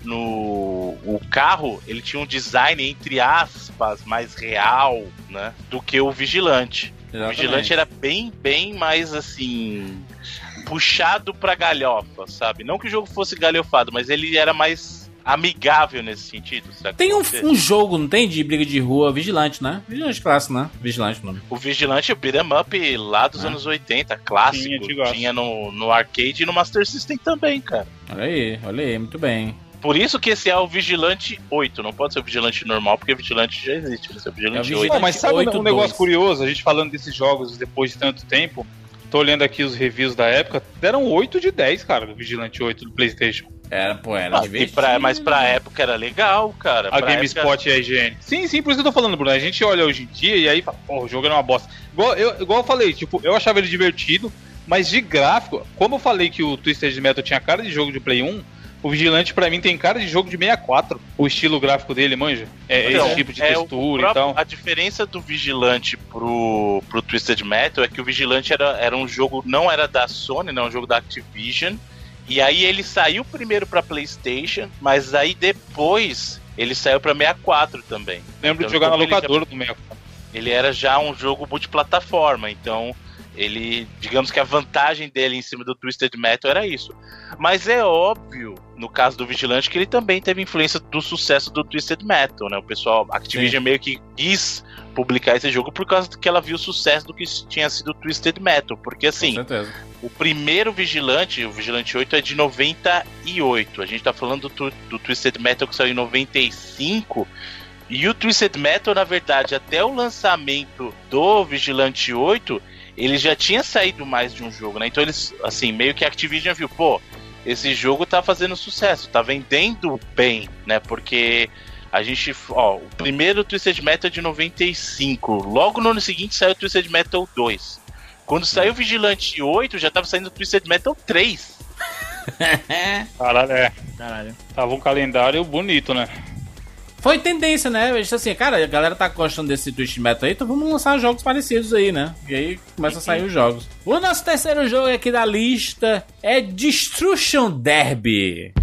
o carro, ele tinha um design, entre aspas, mais real, né, do que o Vigilante. Exatamente. O Vigilante era bem mais, assim, puxado pra galhofa, sabe? Não que o jogo fosse galhofado, mas ele era mais amigável nesse sentido, sabe? Tem um jogo, não tem? De briga de rua, Vigilante, né? Vigilante clássico, né? Vigilante, o nome. O Vigilante, o beat'em up lá dos anos 80, clássico. Tinha no arcade e no Master System também, cara. Olha aí, muito bem. Por isso que esse é o Vigilante 8, não pode ser o Vigilante normal, porque o Vigilante já existe, vai ser o Vigilante 8. Não, mas sabe um negócio curioso, a gente falando desses jogos depois de tanto tempo, tô olhando aqui os reviews da época, deram 8 de 10, cara, do Vigilante 8 do PlayStation. Era mas pra época era legal, cara. A GameSpot e a IGN. Sim, por isso que eu tô falando, Bruno. A gente olha hoje em dia e aí fala, o jogo era uma bosta. Igual eu falei, tipo, eu achava ele divertido, mas de gráfico, como eu falei que o Twisted Metal tinha cara de jogo de Play 1, o Vigilante, pra mim, tem cara de jogo de 64. O estilo gráfico dele, manja? Esse tipo de textura e tal. A diferença do Vigilante pro Twisted Metal é que o Vigilante era um jogo, não era da Sony, não, um jogo da Activision. E aí ele saiu primeiro pra PlayStation, mas aí depois ele saiu pra 64 também. Lembro de jogar na locadora do 64. Ele era já um jogo multiplataforma, então... Ele, digamos que a vantagem dele em cima do Twisted Metal era isso. Mas é óbvio, no caso do Vigilante, que ele também teve influência do sucesso do Twisted Metal, né? O pessoal, a Activision meio que quis publicar esse jogo por causa que ela viu o sucesso do que tinha sido o Twisted Metal. Porque assim, o primeiro Vigilante, o Vigilante 8 é de 98. A gente tá falando do Twisted Metal que saiu em 95. E o Twisted Metal, na verdade, até o lançamento do Vigilante 8... ele já tinha saído mais de um jogo, né? Então eles, assim, meio que a Activision viu, esse jogo tá fazendo sucesso, tá vendendo bem, né? Porque a gente, o primeiro Twisted Metal é de 95, logo no ano seguinte saiu o Twisted Metal 2. Quando saiu o Vigilante 8, já tava saindo o Twisted Metal 3. Caralho. Tava um calendário bonito, né? Foi tendência, né? Eu disse assim, cara, a galera tá gostando desse Twisted Metal aí, então vamos lançar jogos parecidos aí, né? E aí começa a sair os jogos. O nosso terceiro jogo aqui da lista é Destruction Derby.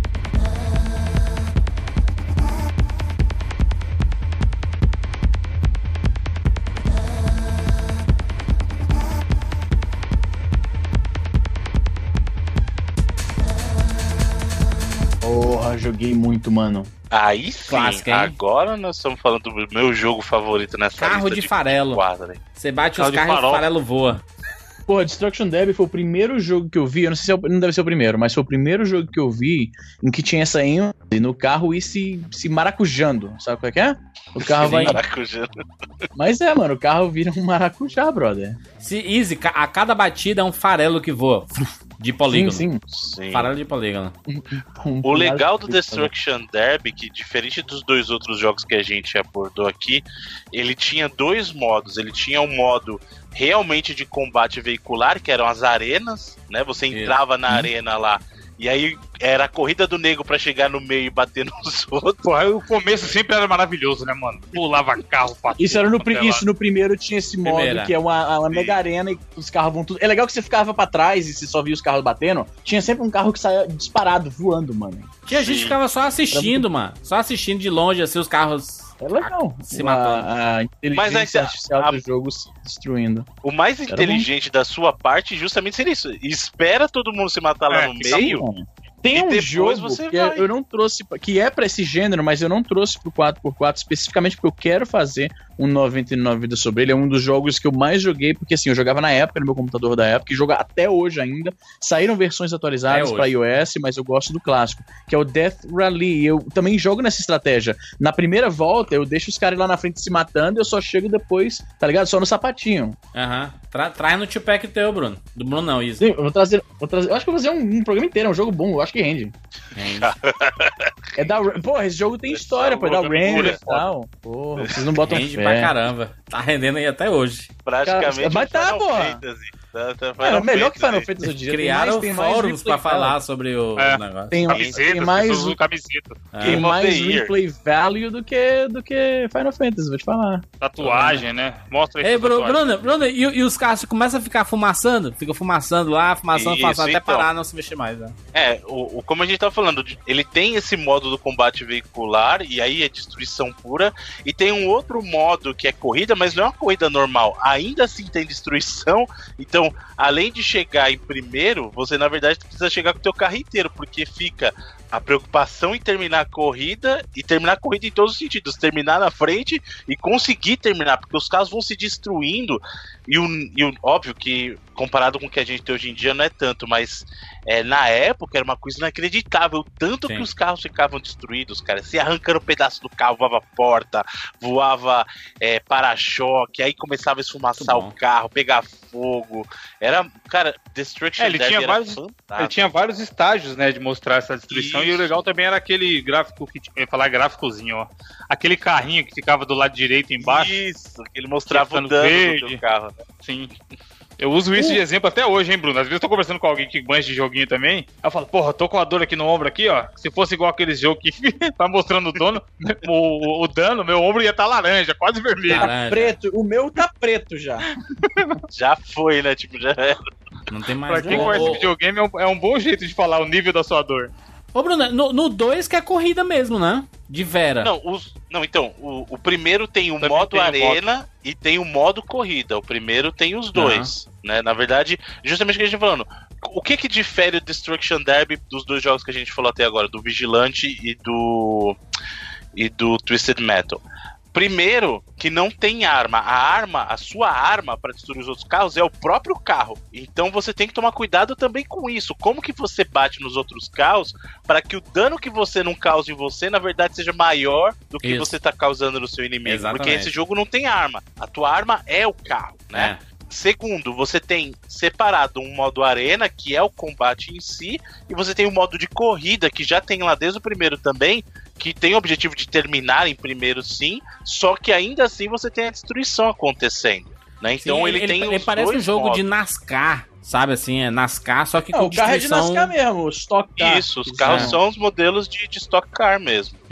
Porra, joguei muito, mano. Aí sim, Clássico, agora nós estamos falando do meu jogo favorito nessa carro lista de farelo. Você bate Carro os carros e o farelo voa. Porra, Destruction Derby foi o primeiro jogo que eu vi, eu não sei se não deve ser o primeiro, mas foi o primeiro jogo que eu vi em que tinha essa ênfase no carro e se maracujando, sabe qual é que é? O carro vai... maracujando. Mas mano, o carro vira um maracujá, brother. Easy, a cada batida é um farelo que voa. De polígono. Sim. Farelo de polígono. O legal do Destruction Derby, que diferente dos dois outros jogos que a gente abordou aqui, ele tinha dois modos. Ele tinha um modo realmente de combate veicular, que eram as arenas, né? Você entrava na arena lá, e aí era a corrida do nego pra chegar no meio e bater nos outros. Pô, aí o começo sempre era maravilhoso, né, mano? Pulava carro pra Isso era no primeiro tinha esse modo que é uma mega arena e os carros vão tudo. É legal que você ficava pra trás e você só via os carros batendo. Tinha sempre um carro que saía disparado, voando, mano. Tinha gente que ficava só assistindo, mano. Só assistindo de longe, assim, os carros... É legal. Se matando. A inteligência artificial do jogo se destruindo. O mais inteligente da sua parte justamente seria isso. Espera todo mundo se matar lá no meio. Tem um jogo que eu não trouxe, que é pra esse gênero, mas eu não trouxe pro 4x4 especificamente porque eu quero fazer um 99 vidas sobre ele. É um dos jogos que eu mais joguei, porque assim, eu jogava na época no meu computador da época e jogo até hoje ainda. Saíram versões atualizadas pra iOS, mas eu gosto do clássico, que é o Death Rally. Eu também jogo nessa estratégia. Na primeira volta, eu deixo os caras lá na frente se matando e eu só chego depois, tá ligado? Só no sapatinho. Aham. Traz no Tupac teu, Bruno. Do Bruno não, isso. Sim, eu vou trazer. Eu acho que eu vou fazer um programa inteiro, é um jogo bom, eu acho que rende. Porra, esse jogo tem história, pô, é da Render e tal. Porra, vocês não botam rende fé. Pra caramba. Tá rendendo aí até hoje. Praticamente. Mas tá, porra. É melhor que Final Fantasy, eu diria. Criaram fóruns pra falar sobre o negócio. Tem mais replay value do que Final Fantasy, vou te falar. Tatuagem, né? Mostra aí. Ei, Bruno, e os carros começam a ficar fumaçando? Fica fumaçando lá, fumaçando, até parar, não se mexer mais, né? Como a gente tava falando, ele tem esse modo do combate veicular, e aí é destruição pura, e tem um outro modo que é corrida, mas não é uma corrida normal, ainda assim tem destruição, então além de chegar em primeiro, você na verdade precisa chegar com o teu carro inteiro, porque fica a preocupação em terminar a corrida, e terminar a corrida em todos os sentidos, terminar na frente e conseguir terminar, porque os carros vão se destruindo, e óbvio que comparado com o que a gente tem hoje em dia não é tanto, mas na época era uma coisa inacreditável, tanto que os carros ficavam destruídos, cara, se arrancando um pedaço do carro, voava porta, voava para-choque, aí começava a esfumaçar o carro, pegar fogo, era, cara, Destruction ele tinha vários estágios, né, de mostrar essa destruição. E o legal também era aquele gráfico que eu ia falar gráficozinho, ó. Aquele carrinho que ficava do lado direito embaixo. Isso, que ele mostrava o dano do teu carro. Sim. Eu uso isso de exemplo até hoje, hein, Bruno? Às vezes eu tô conversando com alguém que manja de joguinho também. Aí eu falo, porra, tô com a dor aqui no ombro aqui, ó. Se fosse igual aqueles jogos que tá mostrando o dono, o dano, meu ombro ia tá laranja, quase vermelho. Tá preto, o meu tá preto já. Já foi, né? Tipo, já era. Não tem mais. Pra quem conhece videogame, é um bom jeito de falar o nível da sua dor. Ô, Bruno, no 2 que é corrida mesmo, né? De Vera. Não, então, o primeiro tem o modo arena e tem o modo corrida. O primeiro tem os dois, né? Na verdade, justamente o que a gente tá falando. O que difere o Destruction Derby dos dois jogos que a gente falou até agora, do Vigilante e do Twisted Metal? Primeiro, que não tem arma. A sua arma para destruir os outros carros é o próprio carro. Então você tem que tomar cuidado também com isso. Como que você bate nos outros carros para que o dano que você não cause em você, na verdade, seja maior do que você tá causando no seu inimigo. Exatamente. Porque esse jogo não tem arma. A tua arma é o carro, né? Segundo, você tem separado um modo arena, que é o combate em si, e você tem um modo de corrida, que já tem lá desde o primeiro também, que tem o objetivo de terminar em primeiro sim, só que ainda assim você tem a destruição acontecendo, né? Então sim, ele parece um jogo de NASCAR, sabe assim, é NASCAR, só que com destruição... O carro é de NASCAR mesmo, Stock Car. Isso, os carros são os modelos de Stock Car mesmo. Isso.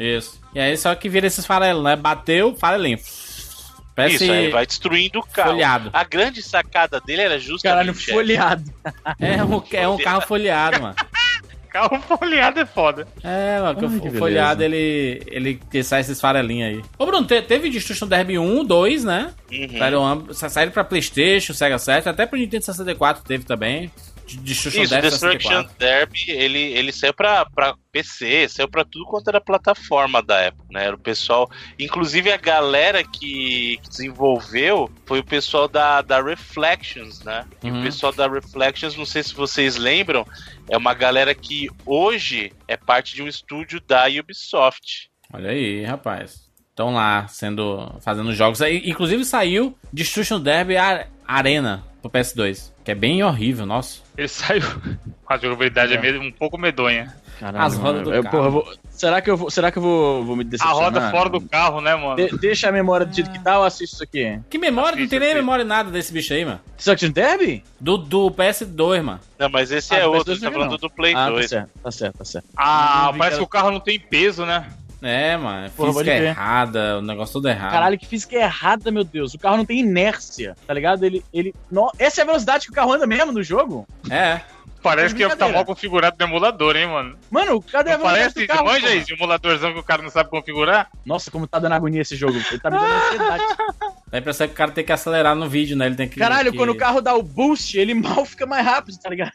E aí só que vira esses farelos, né? Bateu, farelinho. Parece isso, aí vai destruindo o carro. Folhado. A grande sacada dele era justamente... Caralho, folhado. É um carro folhado, mano. Carro folhado é foda. Mano, o folhado, ele sai esses farelinhos aí. Ô, Bruno, teve Destruction Derby 1, 2, né? Saíram pra PlayStation, Sega Saturn, até pro Nintendo 64 teve também. Destruction Derby, ele saiu pra PC, saiu pra tudo quanto era plataforma da época, né? Era o pessoal... Inclusive, a galera que desenvolveu foi o pessoal da Reflections, né? E o pessoal da Reflections, não sei se vocês lembram, é uma galera que hoje é parte de um estúdio da Ubisoft. Olha aí, rapaz. Estão lá, fazendo jogos. Inclusive saiu Destruction Derby Arena pro PS2, que é bem horrível, nossa. Ele saiu. A jogabilidade é um pouco medonha. Caralho, as rodas do carro. Porra, será que eu vou me decepcionar? A roda fora do carro, né, mano? Deixa a memória do jeito que tá, eu assisto isso aqui. Que memória? Não tem nem memória nada desse bicho aí, mano. Destruction Derby? Do PS2, mano. Não, mas esse é outro, você tá falando do Play 2. Tá certo. Parece que o carro não tem peso, né? Mano, física errada, o negócio todo errado. Caralho, que física errada, meu Deus. O carro não tem inércia, tá ligado? Essa é a velocidade que o carro anda mesmo no jogo? Parece que tá mal configurado no emulador, hein, mano? Mano, cadê a velocidade do carro? Manja aí, esse emuladorzão que o cara não sabe configurar? Nossa, como tá dando agonia esse jogo. Ele tá me dando ansiedade. Dá a impressão que o cara tem que acelerar no vídeo, né? Ele tem que... Caralho, quando o carro dá o boost, ele mal fica mais rápido, tá ligado?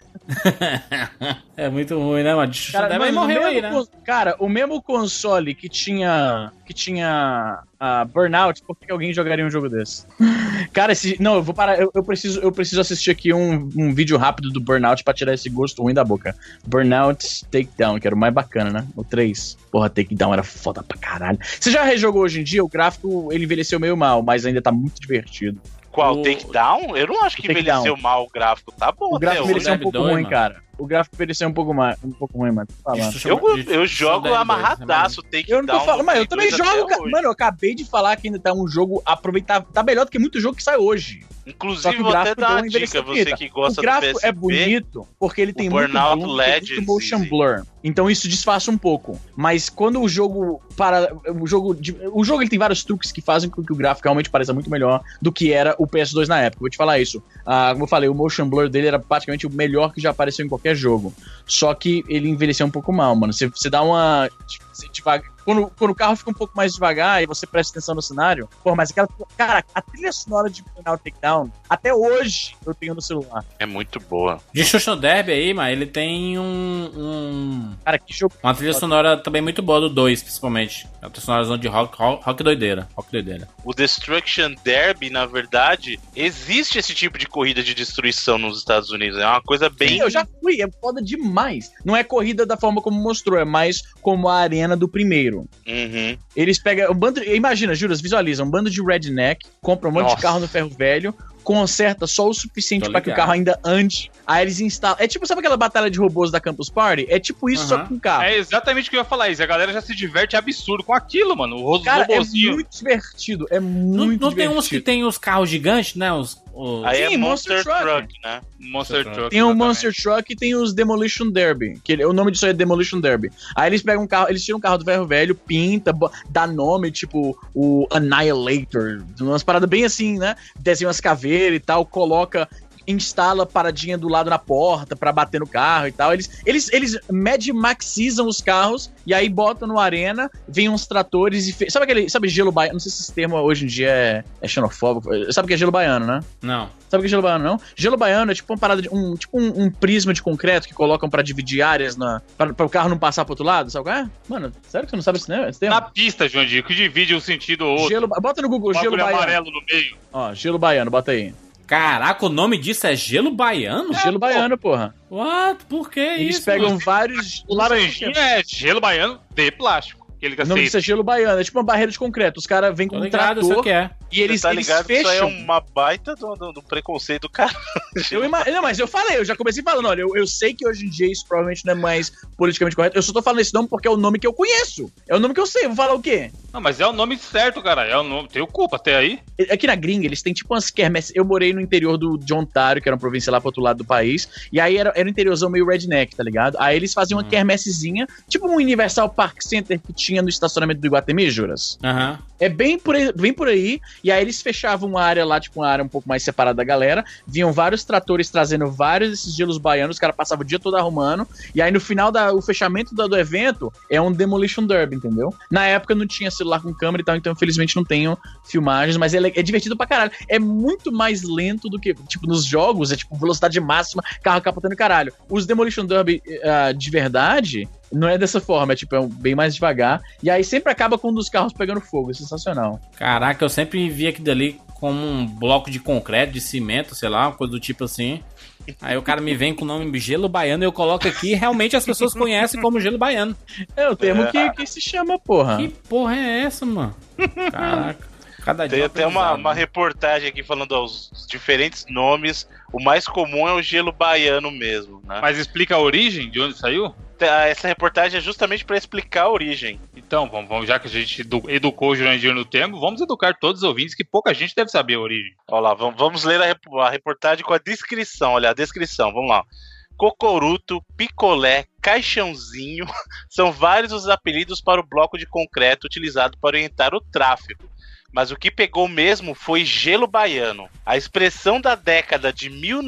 É muito ruim, né, mano? Cara, mas morreu aí, né? Cara, o mesmo console que tinha Burnout, por que alguém jogaria um jogo desse? Cara, não, eu vou parar. Eu preciso assistir aqui um vídeo rápido do Burnout pra tirar esse gosto ruim da boca. Burnout Takedown, que era o mais bacana, né? O 3. Porra, Takedown era foda pra caralho. Você já rejogou hoje em dia? O gráfico, ele envelheceu meio mal, mas ainda tá muito divertido. Qual? Takedown? Eu não acho que envelheceu mal o gráfico. Tá bom, o gráfico envelheceu um pouco ruim, cara. O gráfico envelheceu um pouco ruim, mano. Eu jogo amarradaço o Takedown. Eu não tô falando, mas eu também jogo. Mano, eu acabei de falar que ainda tá um jogo aproveitável. Tá melhor do que muito jogo que sai hoje. Inclusive, vou até dar uma dica, você que gosta do PSP. O gráfico é bonito porque ele tem muito motion blur. Então isso disfarça um pouco. Mas quando o jogo ele tem vários truques que fazem com que o gráfico realmente pareça muito melhor do que era o PS2 na época. Vou te falar isso. Como eu falei, o motion blur dele era praticamente o melhor que já apareceu em qualquer jogo. Só que ele envelheceu um pouco mal, mano. Você dá uma... Quando o carro fica um pouco mais devagar e você presta atenção no cenário, pô, mas cara, a trilha sonora de Burnout Takedown, até hoje eu tenho no celular. É muito boa. Destruction Derby aí, mano, ele tem Cara, que jogo. Uma trilha sonora também muito boa do 2, principalmente. É uma trilha sonora de rock doideira. O Destruction Derby, na verdade, existe esse tipo de corrida de destruição nos Estados Unidos. É uma coisa bem... Sim, eu já fui, é foda demais. Não é corrida da forma como mostrou, é mais como a arena do primeiro. Eles pegam um bando. Imagina, Juras, visualiza um bando de redneck, compra um monte de carro no ferro velho, conserta só o suficiente pra que o carro ainda ande. Aí eles instalam. É tipo, sabe aquela batalha de robôs da Campus Party? É tipo isso, só com carro. É exatamente o que eu ia falar isso. A galera já se diverte absurdo com aquilo, mano. Os robôzinhos. É muito divertido. É muito divertido. Não tem uns que tem os carros gigantes, né? Aí sim, é Monster Truck, né? Monster Truck. Tem o Monster Truck e tem os Demolition Derby. O nome disso aí é Demolition Derby. Aí eles pegam um carro, eles tiram um carro do ferro velho, pinta, dá nome, tipo o Annihilator. Umas paradas bem assim, né? Desenha umas caveiras e tal, instala paradinha do lado na porta pra bater no carro e tal. Eles Mad Maxizam os carros e aí botam no arena, vem uns tratores e... Sabe gelo baiano? Não sei se esse termo hoje em dia é xenofóbico. Sabe o que é gelo baiano, né? Não. Sabe o que é gelo baiano, não? Gelo baiano é tipo uma parada um prisma de concreto que colocam pra dividir áreas pra o carro não passar pro outro lado, sabe qual é? Mano, sério que você não sabe esse termo? Na pista, João Diego, que divide um sentido ou outro. Bota no Google, gelo baiano. Amarelo no meio. Ó, gelo baiano, bota aí. Caraca, o nome disso é gelo baiano? Gelo baiano, porra. What? Por que isso? Eles pegam vários... O laranjinha é gelo baiano de plástico. O nome disso é gelo baiano, é tipo uma barreira de concreto. Os caras vêm com um trator e eles tá ligado fecham. Isso é uma baita do preconceito do cara. Não, mas eu já comecei falando, olha, eu sei que hoje em dia isso provavelmente não é mais politicamente correto. Eu só tô falando esse nome porque é o nome que eu conheço. É o nome que eu sei, vou falar o quê? Não, mas é o nome certo, cara. É o nome, tenho culpa até aí. Aqui na gringa, eles têm tipo umas quermesses. Eu morei no interior de Ontário, que era uma província lá pro outro lado do país. E aí era um interiorzão meio redneck, tá ligado? Aí eles faziam uma quermessezinha, tipo um Universal Park Center que tinha tinha no estacionamento do Iguatemi, Juras? Aham. É bem por aí, e aí eles fechavam uma área lá, tipo uma área um pouco mais separada da galera, vinham vários tratores trazendo vários desses gelos baianos, os caras passavam o dia todo arrumando, e aí no final o fechamento do evento é um Demolition Derby, entendeu? Na época não tinha celular com câmera e tal, então infelizmente não tenho filmagens, mas é divertido pra caralho. É muito mais lento do que, tipo, nos jogos, é tipo velocidade máxima, carro capotando caralho. Os Demolition Derby de verdade... Não é dessa forma, é bem mais devagar. E aí sempre acaba com um dos carros pegando fogo. É sensacional. Caraca, eu sempre vi aquilo dali como um bloco de concreto, de cimento, sei lá, uma coisa do tipo assim. Aí o cara me vem com o nome Gelo Baiano e eu coloco aqui e realmente as pessoas conhecem como Gelo Baiano. É o termo que se chama, porra. Que porra é essa, mano? Caraca. Tem até uma reportagem aqui falando os diferentes nomes. O mais comum é o Gelo Baiano mesmo, né? Mas explica a origem, de onde saiu? Essa reportagem é justamente para explicar a origem. Então, vamos, já que a gente educou o Jurandir no tempo, vamos educar todos os ouvintes, que pouca gente deve saber a origem. Olha lá, vamos ler a reportagem com a descrição. Olha, a descrição, vamos lá. Cocoruto, picolé, caixãozinho são vários os apelidos para o bloco de concreto utilizado para orientar o tráfego. Mas o que pegou mesmo foi Gelo Baiano. A expressão da década de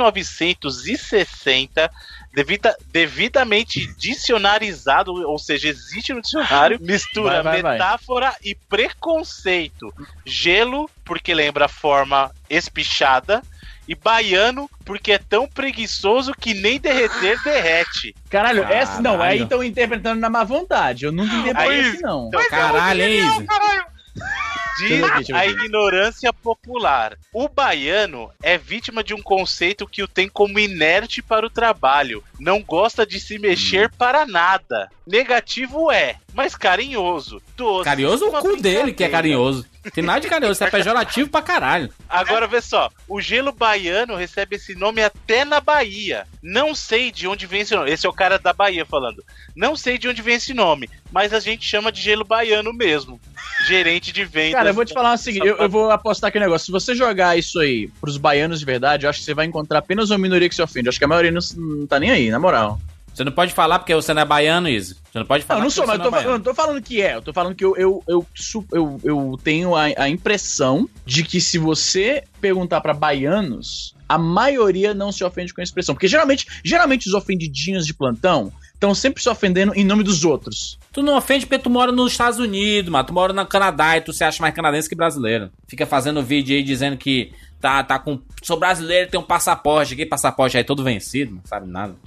1960, devidamente dicionarizado, ou seja, existe no dicionário, mistura metáfora e preconceito. Gelo, porque lembra a forma espichada, e baiano, porque é tão preguiçoso que nem derreter derrete. Caralho, essa não, aí estão interpretando na má vontade. Eu nunca interpretei assim, não. Caralho, é isso. Diz a ignorância popular. O baiano é vítima de um conceito que o tem como inerte para o trabalho. Não gosta de se mexer para nada. Negativo mas carinhoso. Doce. Carinhoso o cu dele que é carinhoso. Tem nada de carinhoso, isso é pejorativo pra caralho. Agora vê só, o gelo baiano recebe esse nome até na Bahia. Não sei de onde vem esse nome. Esse é o cara da Bahia falando. Não sei de onde vem esse nome, mas a gente chama de gelo baiano mesmo. Gerente de vendas. Cara, eu vou te falar o seguinte, eu vou apostar aqui um negócio. Se você jogar isso aí pros baianos de verdade, eu acho que você vai encontrar apenas uma minoria que se ofende. Eu acho que a maioria não tá nem aí, na moral. Você não pode falar porque você não é baiano, Izzy. Você não pode falar. Não sou, mas eu não tô falando que é. Eu tô falando que eu tenho a impressão de que se você perguntar pra baianos, a maioria não se ofende com a expressão. Porque geralmente os ofendidinhos de plantão estão sempre se ofendendo em nome dos outros. Tu não ofende porque tu mora nos Estados Unidos, mano. Tu mora no Canadá e tu se acha mais canadense que brasileiro. Fica fazendo vídeo aí dizendo que tá com... Sou brasileiro, tem um passaporte. Que passaporte aí todo vencido, não sabe nada.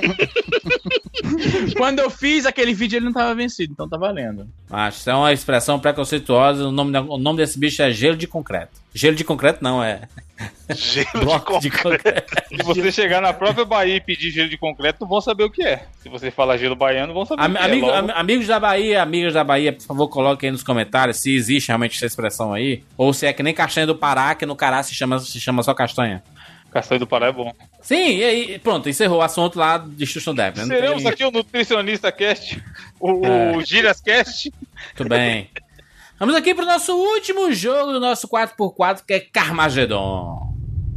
Quando eu fiz aquele vídeo ele não tava vencido, então tá valendo. Acho isso é uma expressão preconceituosa. O nome desse bicho é gelo de concreto. Gelo de concreto não, é... Gelo de concreto. Se você chegar na própria Bahia e pedir gelo de concreto, não vão saber o que é. Se você falar gelo baiano, vão saber o que é. Amigos da Bahia, amigas da Bahia, por favor, coloquem aí nos comentários se existe realmente essa expressão aí. Ou se é que nem castanha do Pará, que no Cará se chama só castanha. Castanha do Pará é bom. Sim, e aí, pronto, encerrou o assunto lá de Xuxa Depp, né? Seremos aqui o Nutricionista Cast, o Gírias Cast. Muito bem. Vamos aqui pro nosso último jogo do nosso 4x4, que é Carmageddon.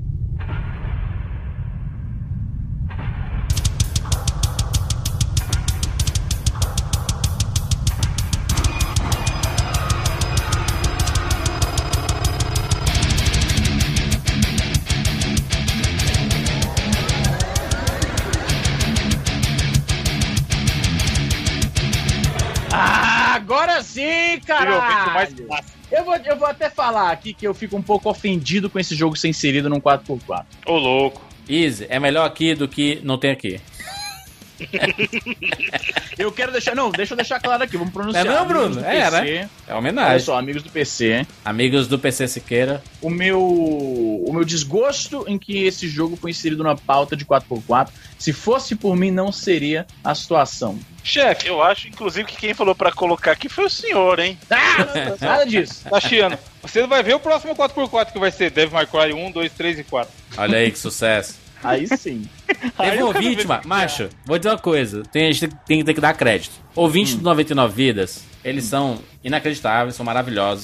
Agora sim, caralho! Eu vou até falar aqui que eu fico um pouco ofendido com esse jogo ser inserido num 4x4. Ô, louco. Easy, é melhor aqui do que não tem aqui. Eu quero deixar... Não, deixa eu deixar claro aqui, vamos pronunciar. É não, Bruno? É homenagem. Olha só, amigos do PC. Amigos do PC Siqueira. O meu desgosto em que esse jogo foi inserido na pauta de 4x4, se fosse por mim, não seria a situação. Chefe, eu acho, inclusive, que quem falou pra colocar aqui foi o senhor, hein? Nada disso. Tá chiando. Você vai ver o próximo 4x4 que vai ser Devil May Cry 1, 2, 3 e 4. Olha aí que sucesso. Aí sim. Teve um ouvinte, macho, vou dizer uma coisa. A gente tem que dar crédito. Ouvintes do 99 Vidas, eles são inacreditáveis, são maravilhosos.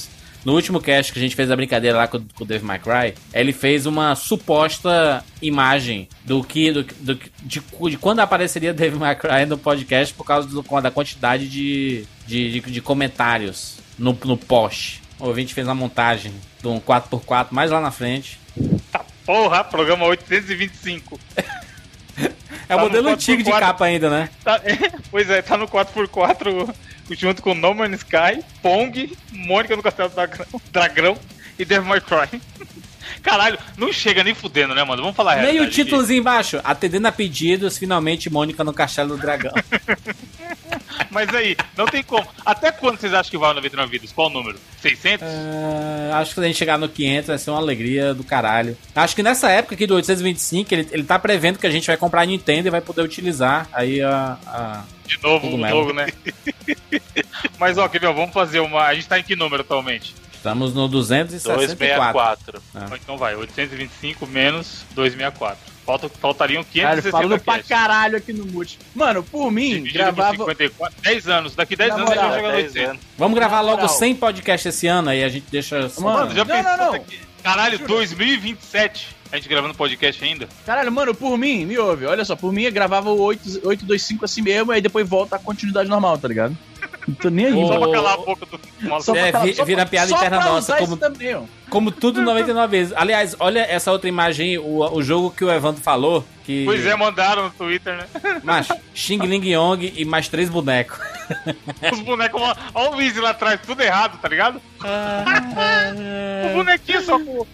no último cast que a gente fez a brincadeira lá com o Devil May Cry, ele fez uma suposta imagem de quando apareceria Devil May Cry no podcast por causa da quantidade de comentários no post. O ouvinte fez uma montagem de um 4x4 mais lá na frente. Tá porra, programa 825. É o modelo antigo de capa ainda, né? Pois é, tá no 4x4 junto com No Man's Sky, Pong, Mônica no Castelo do Dragão e Devil May Cry. Caralho, não chega nem fudendo, né, mano? Vamos falar a realidade. Nem o títulozinho embaixo. Atendendo a pedidos, finalmente Mônica no Castelo do Dragão. Mas aí, não tem como. Até quando vocês acham que vai o 99 Vidas? Qual o número? 600? Acho que se a gente chegar no 500 vai ser uma alegria do caralho. Acho que nessa época aqui do 825, ele tá prevendo que a gente vai comprar a Nintendo e vai poder utilizar aí de novo o jogo, né? Mas ó, Kevin, vamos fazer uma... A gente tá em que número atualmente? Estamos no 264. Então vai, 825 menos 264. Faltariam 560. Falando pra caralho aqui no Multi. Mano, por mim, gravava... 54, 10 anos. Daqui 10 anos a gente vai jogar 800. Vamos gravar logo 100 podcasts esse ano, aí a gente deixa... Mano, já pensou aqui? Caralho, 2027. A gente gravando podcast ainda? Caralho, mano, por mim, me ouve. Olha só, por mim eu gravava o 825 assim mesmo, aí depois volta a continuidade normal, tá ligado? Não tô nem aí. Só pra calar a boca do... Vira piada interna nossa, como tudo 99 vezes. Aliás, olha essa outra imagem aí, o jogo que o Evandro falou. Que... Pois é, mandaram no Twitter, né? Macho, Xing Ling Yong e mais 3 bonecos. Os bonecos, olha o Easy lá atrás, tudo errado, tá ligado? O bonequinho só com...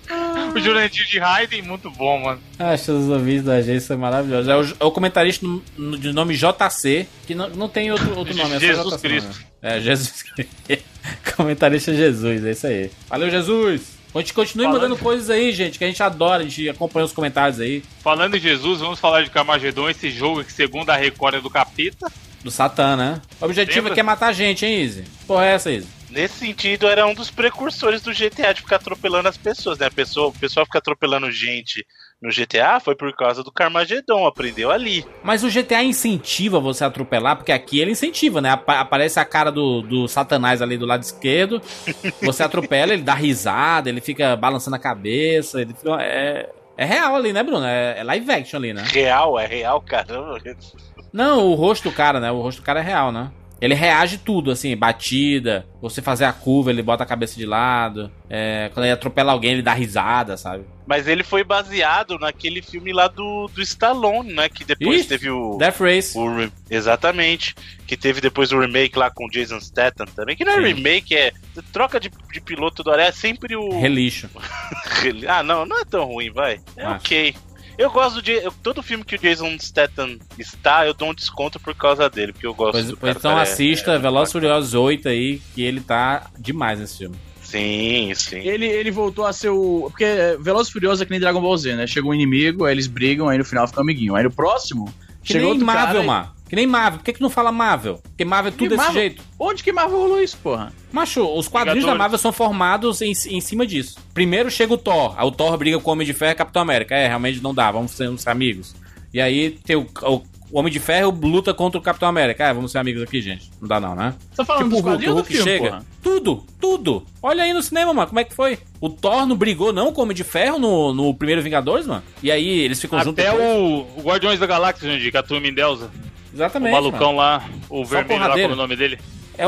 O Jurandir de Raiden, muito bom, mano. Acho os ouvintes da agência maravilhosos. É o comentarista de nome JC, que não tem outro nome. É Jesus JC, Cristo. Né? Jesus Cristo. Comentarista Jesus, é isso aí. Valeu, Jesus! A gente continue mandando coisas aí, gente, que a gente adora, a gente acompanha os comentários aí. Falando em Jesus, vamos falar de Carmageddon, esse jogo que, segundo a Record, é do capeta. Do Satã, né? O objetivo aqui é matar a gente, hein, Izzy? Porra é essa, Izzy? Nesse sentido, era um dos precursores do GTA, de ficar atropelando as pessoas, né? O pessoal fica atropelando gente no GTA foi por causa do Carmageddon, aprendeu ali. Mas o GTA incentiva você a atropelar, porque aqui ele incentiva, né? Aparece a cara do Satanás ali do lado esquerdo, você atropela, ele dá risada, ele fica balançando a cabeça, ele fica... É real ali, né, Bruno? É live action ali, né? É real, caramba. Não, o rosto do cara, né? O rosto do cara é real, né? Ele reage tudo, assim, batida, você fazer a curva, ele bota a cabeça de lado, quando ele atropela alguém, ele dá risada, sabe? Mas ele foi baseado naquele filme lá do Stallone, né? Que depois teve o... Death Race. Exatamente. Que teve depois o remake lá com o Jason Statham também. Que não é remake, é troca de piloto do Aré, é sempre o... Relixo. não é tão ruim, vai. Ok. Eu gosto todo filme que o Jason Statham está, eu dou um desconto por causa dele, porque eu gosto do cara. Então assista Velozes e Furiosos 8 aí, que ele tá demais nesse filme. Sim. Ele voltou a ser o... Porque Velozes e Furiosos é que nem Dragon Ball Z, né? Chega um inimigo, aí eles brigam, aí no final fica amiguinho. Aí no próximo... Que nem Marvel, mano. Que nem Marvel. Por que não fala Marvel? Porque Marvel é tudo desse jeito. Onde que Marvel rolou isso, porra? Macho, os quadrinhos da Marvel são formados em cima disso. Primeiro chega o Thor. Aí o Thor briga com o Homem de Ferro e Capitão América. Realmente não dá, vamos ser amigos. E aí tem o Homem de Ferro luta contra o Capitão América. Vamos ser amigos aqui, gente. Não dá não, né? Você tá falando dos quadrinhos do filme, chega. Porra? Tudo. Olha aí no cinema, mano, como é que foi? O Thor não brigou não com o Homem de Ferro no primeiro Vingadores, mano? E aí eles ficam juntos. Até o Guardiões da Galáxia, gente, com a turma Mendelza. Exatamente, o malucão mano. lá, o vermelho lá, como é o nome dele?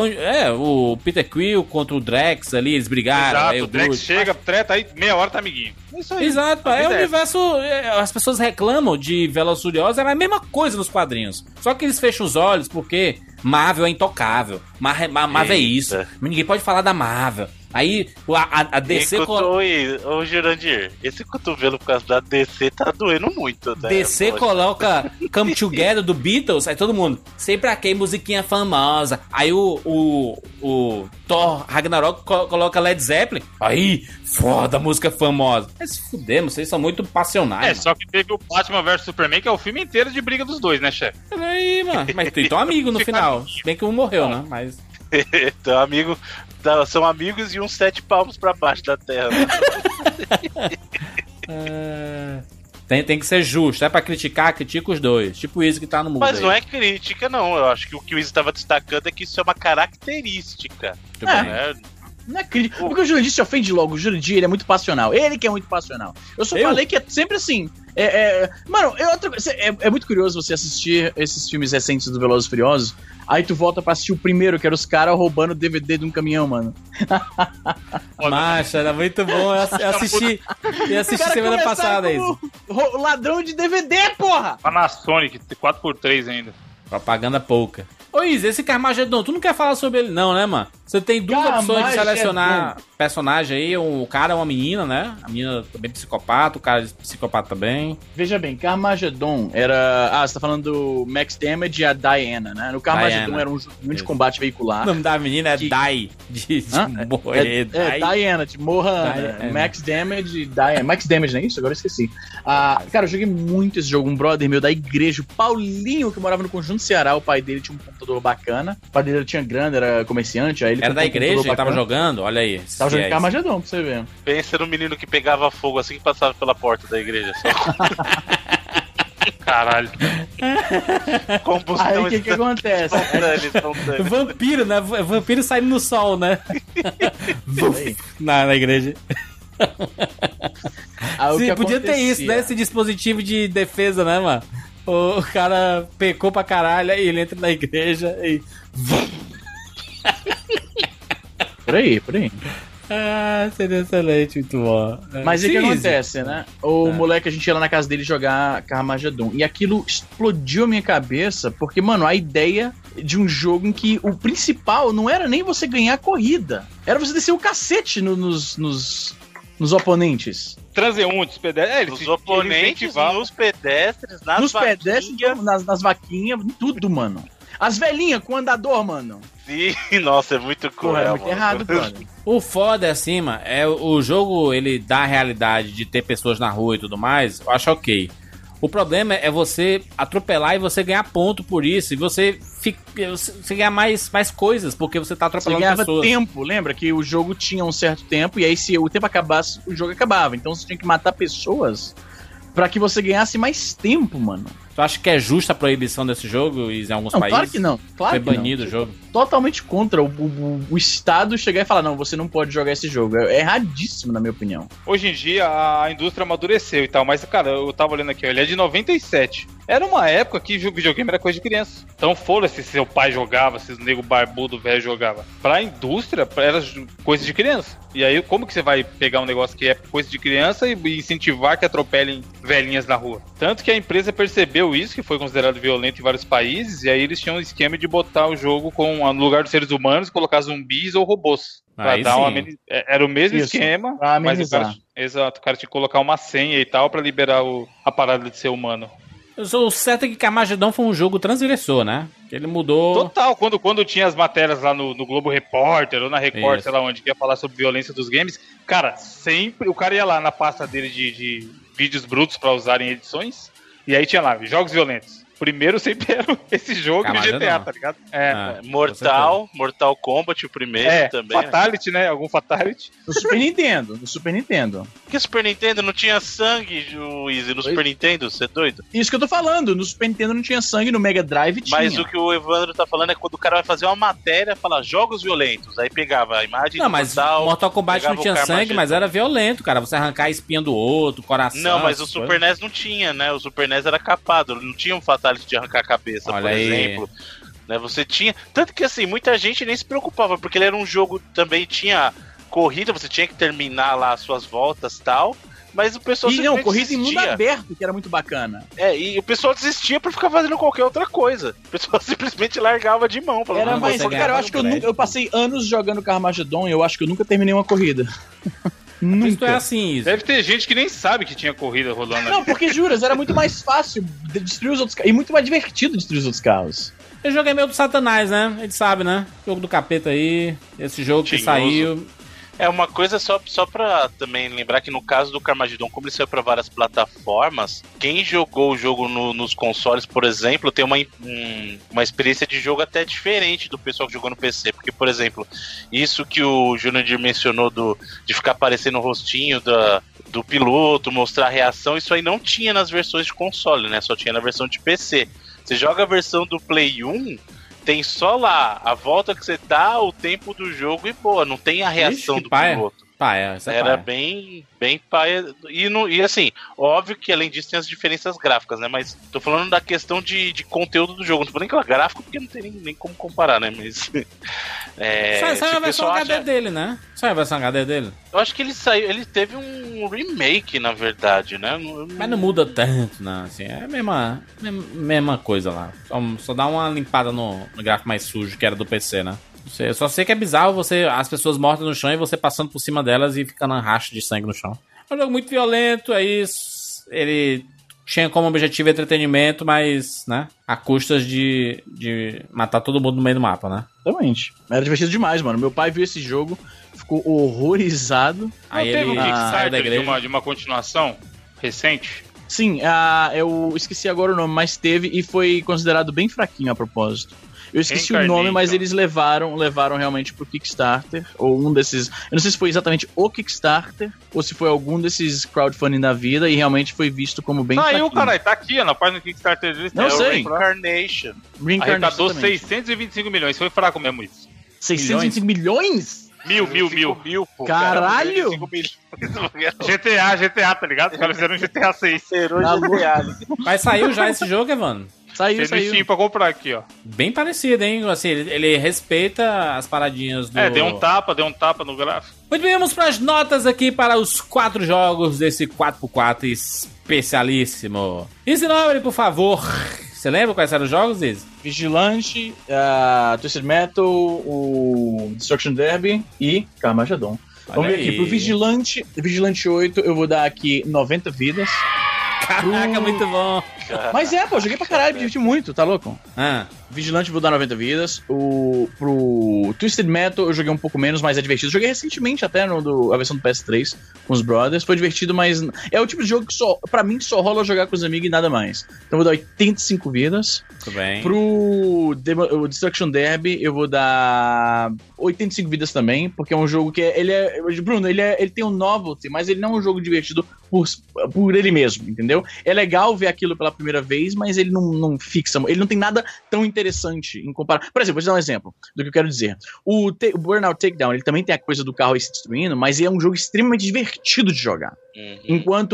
O Peter Quill contra o Drax ali, eles brigaram. Exato, aí o Drax chega, treta, aí meia hora tá amiguinho. Isso aí. Exato, o universo... As pessoas reclamam de Velozes e Furiosos, é a mesma coisa nos quadrinhos. Só que eles fecham os olhos porque Marvel é intocável. Marvel é isso. Ninguém pode falar da Marvel. Aí a DC... Ô Jurandir, esse cotovelo por causa da DC tá doendo muito, né? DC coloca Come Together do Beatles, aí todo mundo, sei pra quem musiquinha famosa. Aí o Thor Ragnarok coloca Led Zeppelin. Aí, foda, música famosa. Mas se fudemos, vocês são muito passionais. Só que teve o Batman vs Superman, que é o filme inteiro de briga dos dois, né, chefe? Aí, mano. Mas então amigo no final. Bem que um morreu, né? Mas... Então, amigo... São amigos e uns 7 palmos pra baixo da terra. Tem que ser justo. É pra criticar, critica os dois. Tipo isso que tá no mundo. Mas não é crítica, não. Eu acho que o que o Izzy tava destacando é que isso é uma característica. Não é crítica. Porque o Jurandir se ofende logo. O Jurandir, ele é muito passional. Ele que é muito passional. Eu só falei que é sempre assim. Mano, é muito curioso você assistir esses filmes recentes do Velozes e Furiosos. Aí tu volta pra assistir o primeiro, que era os caras roubando o DVD de um caminhão, mano. Macha, era muito bom. Eu assisti semana passada isso. Ladrão de DVD, porra! Panasonic, 4x3 ainda. Propaganda pouca. Ô Izzy, esse Carmageddon, tu não quer falar sobre ele não, né, mano? Você tem duas opções de selecionar personagem aí, um cara ou uma menina, né? A menina também psicopata, o cara psicopata também. Veja bem, Carmageddon era... você tá falando do Max Damage e a Diana, né? No Carmageddon era um jogo de combate veicular. O nome da menina é Dai, de morrer. Diana, de morra, Max Damage e Diana. Max Damage, não é isso? Agora eu esqueci. Cara, eu joguei muito esse jogo. Um brother meu da igreja, o Paulinho, que morava no Conjunto Ceará, o pai dele tinha um computador bacana. O pai dele tinha grana, era comerciante, aí ele era da igreja, ele tava jogando? Olha aí. Tava jogando Carmageddon, pra você ver. Pensa no menino que pegava fogo assim que passava pela porta da igreja. Caralho. Aí o que acontece? Vampiro, né? Vampiro saindo no sol, né? na igreja. Sim, podia ter isso, né? Esse dispositivo de defesa, né, mano? O cara pecou pra caralho, aí ele entra na igreja e... Por aí. Seria excelente, muito bom. Mas o que acontece, né? O moleque, a gente ia lá na casa dele jogar Carmageddon. E aquilo explodiu a minha cabeça, porque, mano, a ideia de um jogo em que o principal não era nem você ganhar a corrida. Era você descer o cacete nos oponentes. Transeuntes, pedestres. Nos oponentes, nos pedestres, nas vaquinhas, tudo, mano. As velhinhas com andador, mano. Sim, nossa, é muito cruel. É muito errado, brother. O foda é assim, mano, o jogo, ele dá a realidade de ter pessoas na rua e tudo mais, eu acho ok. O problema é você atropelar e você ganhar ponto por isso, e você ganhar mais coisas, porque você tá atropelando pessoas. Você ganhava tempo, lembra que o jogo tinha um certo tempo, e aí se o tempo acabasse, o jogo acabava. Então você tinha que matar pessoas pra que você ganhasse mais tempo, mano. Tu acha que é justa a proibição desse jogo em alguns países? Claro que não. Claro Foi banido o jogo. Totalmente contra o Estado chegar e falar, não, você não pode jogar esse jogo. É erradíssimo, na minha opinião. Hoje em dia, a indústria amadureceu e tal, mas, cara, eu tava olhando aqui, ele é de 97. Era uma época que videogame era coisa de criança. Então, foda-se se seu pai jogava, se os nego barbudo velho jogava. Pra indústria, era coisa de criança. E aí, como que você vai pegar um negócio que é coisa de criança e incentivar que atropelem velhinhas na rua? Tanto que a empresa percebeu isso, que foi considerado violento em vários países, e aí eles tinham um esquema de botar o jogo no lugar dos seres humanos, colocar zumbis ou robôs. Pra dar era o mesmo esquema, mas o cara tinha que colocar uma senha e tal pra liberar a parada de ser humano. O certo é que Carmageddon foi um jogo transgressor, né? Ele mudou... Total, quando tinha as matérias lá no Globo Repórter ou na Record, sei lá onde, que ia falar sobre violência dos games, cara, sempre o cara ia lá na pasta dele de vídeos brutos pra usar em edições, e aí tinha lá, jogos violentos. Primeiro sempre era esse jogo e o GTA, tá ligado? Mortal Kombat, o primeiro também. Fatality, né? Algum Fatality. No Super Nintendo. Que Super Nintendo não tinha sangue, Easy, no Super Nintendo? Você é doido? Isso que eu tô falando. No Super Nintendo não tinha sangue, no Mega Drive tinha. Mas o que o Evandro tá falando é quando o cara vai fazer uma matéria, falar jogos violentos. Aí pegava a imagem do Mortal Kombat não tinha sangue, mas era violento, cara. Você arrancar a espinha do outro, coração... Não, mas o Super NES não tinha, né? O Super NES era capado. Não tinha um Fatality de arrancar a cabeça, por exemplo. Né, você tinha... Tanto que, assim, muita gente nem se preocupava, porque ele era um jogo, também tinha corrida, você tinha que terminar lá as suas voltas e tal, mas o pessoal simplesmente corrida desistia. Em mundo aberto, que era muito bacana. E o pessoal desistia pra ficar fazendo qualquer outra coisa. O pessoal simplesmente largava de mão. Era mais... Cara, eu acho que eu passei anos jogando Carmageddon e eu acho que eu nunca terminei uma corrida. Nunca. É assim, isso. Deve ter gente que nem sabe que tinha corrida rolando. Não, porque juras, era muito mais fácil destruir os outros carros. E muito mais divertido destruir os outros carros. Eu joguei meio do Satanás, né? Ele sabe, né? Jogo do capeta aí. Esse jogo que saiu. É uma coisa só pra também lembrar que no caso do Carmageddon, como ele saiu pra várias plataformas, quem jogou o jogo nos consoles, por exemplo, tem uma experiência de jogo até diferente do pessoal que jogou no PC. Porque, por exemplo, isso que o Jurandir mencionou de ficar aparecendo o rostinho do piloto, mostrar a reação, isso aí não tinha nas versões de console, né? Só tinha na versão de PC. Você joga a versão do Play 1... tem só lá a volta que você dá, o tempo do jogo e boa, não tem a reação do piloto. Era bem paia. E assim, óbvio que além disso tem as diferenças gráficas, né? Mas tô falando da questão de conteúdo do jogo. Não tô falando que é gráfico porque não tem nem como comparar, né? Mas. Só a versão HD dele, né? Só a versão HD dele. Eu acho que ele teve um remake, na verdade, né? Mas não muda tanto, não. Assim, é a mesma coisa lá. Só dá uma limpada no gráfico mais sujo que era do PC, né? Eu só sei que é bizarro as pessoas mortas no chão e você passando por cima delas e ficando um rastro de sangue no chão. É um jogo muito violento, aí ele tinha como objetivo entretenimento, mas, né, a custas de matar todo mundo no meio do mapa, né? Exatamente. Era divertido demais, mano. Meu pai viu esse jogo, ficou horrorizado. Aí teve um Kickstarter de uma continuação recente? Sim, eu esqueci agora o nome, mas teve e foi considerado bem fraquinho a propósito. Eu esqueci o nome, mas eles levaram realmente pro Kickstarter, ou um desses... Eu não sei se foi exatamente o Kickstarter, ou se foi algum desses crowdfunding da vida, e realmente foi visto como bem fraquinho. Aí, caralho, tá aqui, na página do Kickstarter deles. Não sei. Reincarnation. Arrecadou 625 milhões, foi fraco mesmo isso. 625 milhões? Mil, pô. Caralho! GTA, tá ligado? Os caras fizeram um GTA 6. Mas saiu já esse jogo, Evandro? Saiu. Steam pra comprar aqui, ó. Bem parecido, hein? Assim, ele respeita as paradinhas do... deu um tapa no gráfico. Muito bem, vamos pras notas aqui para os 4 jogos desse 4x4 especialíssimo. Izzy Nobre, por favor. Você lembra quais eram os jogos, Izzy? Vigilante, Twisted Metal, o Destruction Derby e Carmageddon. Vamos ver aqui, pro Vigilante 8, eu vou dar aqui 90 vidas. Caraca, muito bom. Mas pô, eu joguei pra caralho, me diverti muito, tá louco? Vigilante vou dar 90 vidas. Pro Twisted Metal eu joguei um pouco menos, mas é divertido. Joguei recentemente até a versão do PS3 com os brothers. Foi divertido, mas é o tipo de jogo que pra mim só rola jogar com os amigos e nada mais. Então eu vou dar 85 vidas. Muito bem. Pro Destruction Derby eu vou dar 85 vidas também, porque é um jogo que Bruno, ele tem um novelty, mas ele não é um jogo divertido por ele mesmo, entendeu? É legal ver aquilo pela primeira vez, mas ele não fixa, ele não tem nada tão interessante em comparar. Por exemplo, vou te dar um exemplo do que eu quero dizer. O Burnout Takedown, ele também tem a coisa do carro aí se destruindo, mas é um jogo extremamente divertido de jogar. Enquanto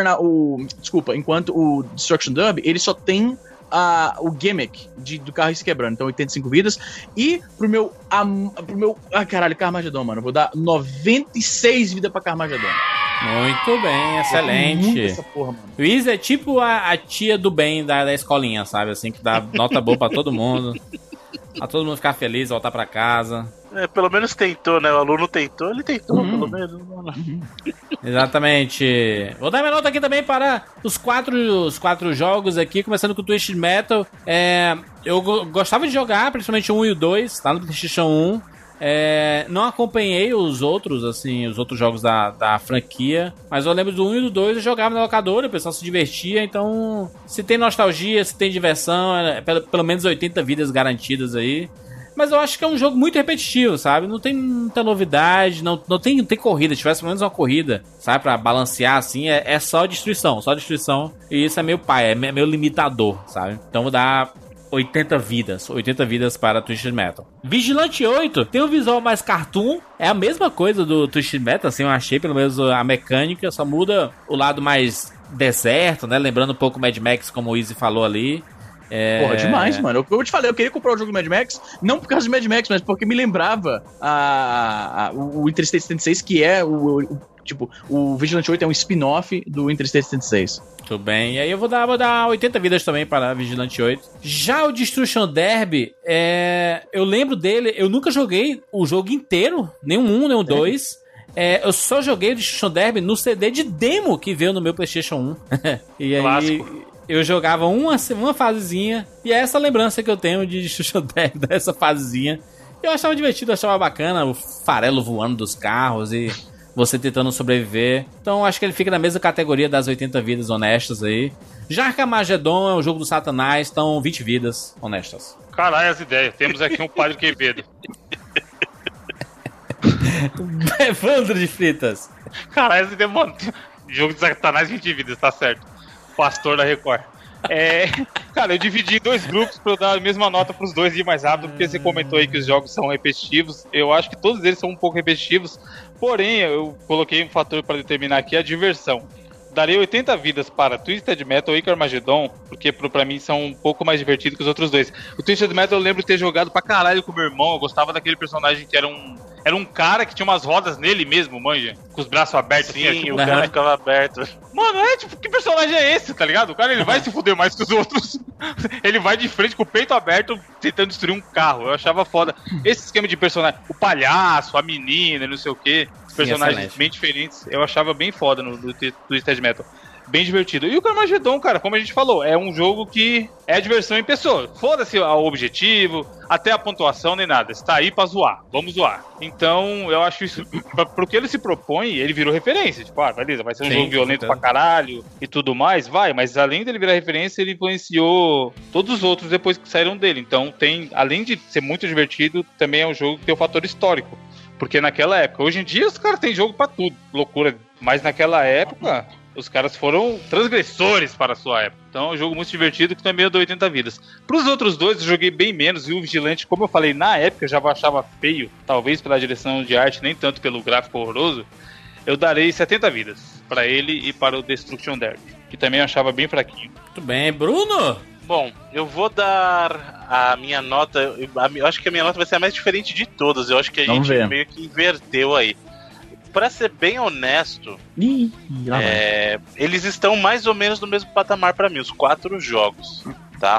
o Destruction Derby, ele só tem o gimmick do carro se quebrando. Então 85 vidas. E pro meu Carmageddon, mano, eu vou dar 96 vidas pra Carmageddon. Muito bem, excelente. Essa porra, mano. O Izzy é tipo a tia do bem da escolinha, sabe? Assim, que dá nota boa pra todo mundo. Pra todo mundo ficar feliz, voltar pra casa. Pelo menos tentou, né? O aluno tentou, ele tentou, pelo menos. Exatamente. Vou dar minha nota aqui também para os quatro jogos aqui, começando com o Twisted Metal. Eu gostava de jogar, principalmente o 1 e o 2, tá no PlayStation 1. Não acompanhei os outros jogos da franquia, mas eu lembro do 1 e do 2, eu jogava na locadora, o pessoal se divertia, então se tem nostalgia, se tem diversão, pelo menos 80 vidas garantidas aí. Mas eu acho que é um jogo muito repetitivo, sabe? Não tem muita novidade, não tem corrida. Se tivesse pelo menos uma corrida, sabe? Pra balancear assim, é só destruição. E isso é meio pai, é meio limitador, sabe? Então vou dar 80 vidas para Twisted Metal. Vigilante 8 tem um visual mais cartoon, é a mesma coisa do Twisted Metal, assim, eu achei, pelo menos a mecânica, só muda o lado mais deserto, né? Lembrando um pouco Mad Max, como o Izzy falou ali. Porra, demais, mano. Eu te falei, eu queria comprar o jogo do Mad Max, não por causa do Mad Max, mas porque me lembrava o Interstate 76, que é o Vigilante 8 é um spin-off do Interstate 76. Tudo bem, e aí eu vou dar 80 vidas também para Vigilante 8. Já o Destruction Derby, eu lembro dele, eu nunca joguei o jogo inteiro, nem o 1, nem o 2. Eu só joguei o Destruction Derby no CD de demo que veio no meu PlayStation 1. E aí Clássico. Eu jogava uma fasezinha, e é essa lembrança que eu tenho de Destruction Derby, dessa fasezinha. Eu achava divertido, achava bacana o farelo voando dos carros e você tentando sobreviver. Então acho que ele fica na mesma categoria das 80 vidas honestas aí. Já Carmageddon é um jogo do Satanás, então 20 vidas honestas. Caralho, as ideias. Temos aqui um Padre Quevedo. Evandro de Fritas. Caralho, as ideias, mano. Jogo do Satanás, 20 vidas, tá certo. Pastor da Record. Cara, eu dividi em 2 grupos pra eu dar a mesma nota pros dois e ir mais rápido, porque você comentou aí que os jogos são repetitivos. Eu acho que todos eles são um pouco repetitivos, porém, eu coloquei um fator pra determinar aqui, a diversão. Darei 80 vidas para Twisted Metal e Carmageddon, porque pra mim são um pouco mais divertidos que os outros dois. O Twisted Metal eu lembro de ter jogado pra caralho com o meu irmão, eu gostava daquele personagem que era um cara que tinha umas rodas nele mesmo, manja, com os braços abertos. Sim, assim, tipo, o cara ficava aberto. Mano, tipo, que personagem é esse, tá ligado? O cara, ele vai se fuder mais que os outros. Ele vai de frente com o peito aberto tentando destruir um carro. Eu achava foda. Esse esquema de personagem, o palhaço, a menina, não sei o quê, personagens bem diferentes, eu achava bem foda no Twisted Metal. Bem divertido. E o Carmageddon, cara, como a gente falou, é um jogo que é diversão em pessoa. Foda-se o objetivo, até a pontuação, nem nada. Está aí pra zoar. Vamos zoar. Então, eu acho isso... Pro que ele se propõe, ele virou referência. Tipo, beleza, vai ser um jogo violento pra caralho e tudo mais, vai. Mas além dele virar referência, ele influenciou todos os outros depois que saíram dele. Então, além de ser muito divertido, também é um jogo que tem o fator histórico. Porque naquela época... Hoje em dia, os caras têm jogo pra tudo. Loucura. Mas naquela época... Os caras foram transgressores para a sua época. Então é um jogo muito divertido que também eu dou 80 vidas. Para os outros dois eu joguei bem menos. E o Vigilante, como eu falei, na época eu já achava feio. Talvez pela direção de arte, nem tanto pelo gráfico horroroso. Eu darei 70 vidas para ele e para o Destruction Derby, que também eu achava bem fraquinho. Muito bem, Bruno? Bom, eu vou dar a minha nota. Eu acho que a minha nota vai ser a mais diferente de todas. Eu acho que a gente meio que inverteu aí. Pra ser bem honesto, eles estão mais ou menos no mesmo patamar pra mim, os 4 jogos, tá?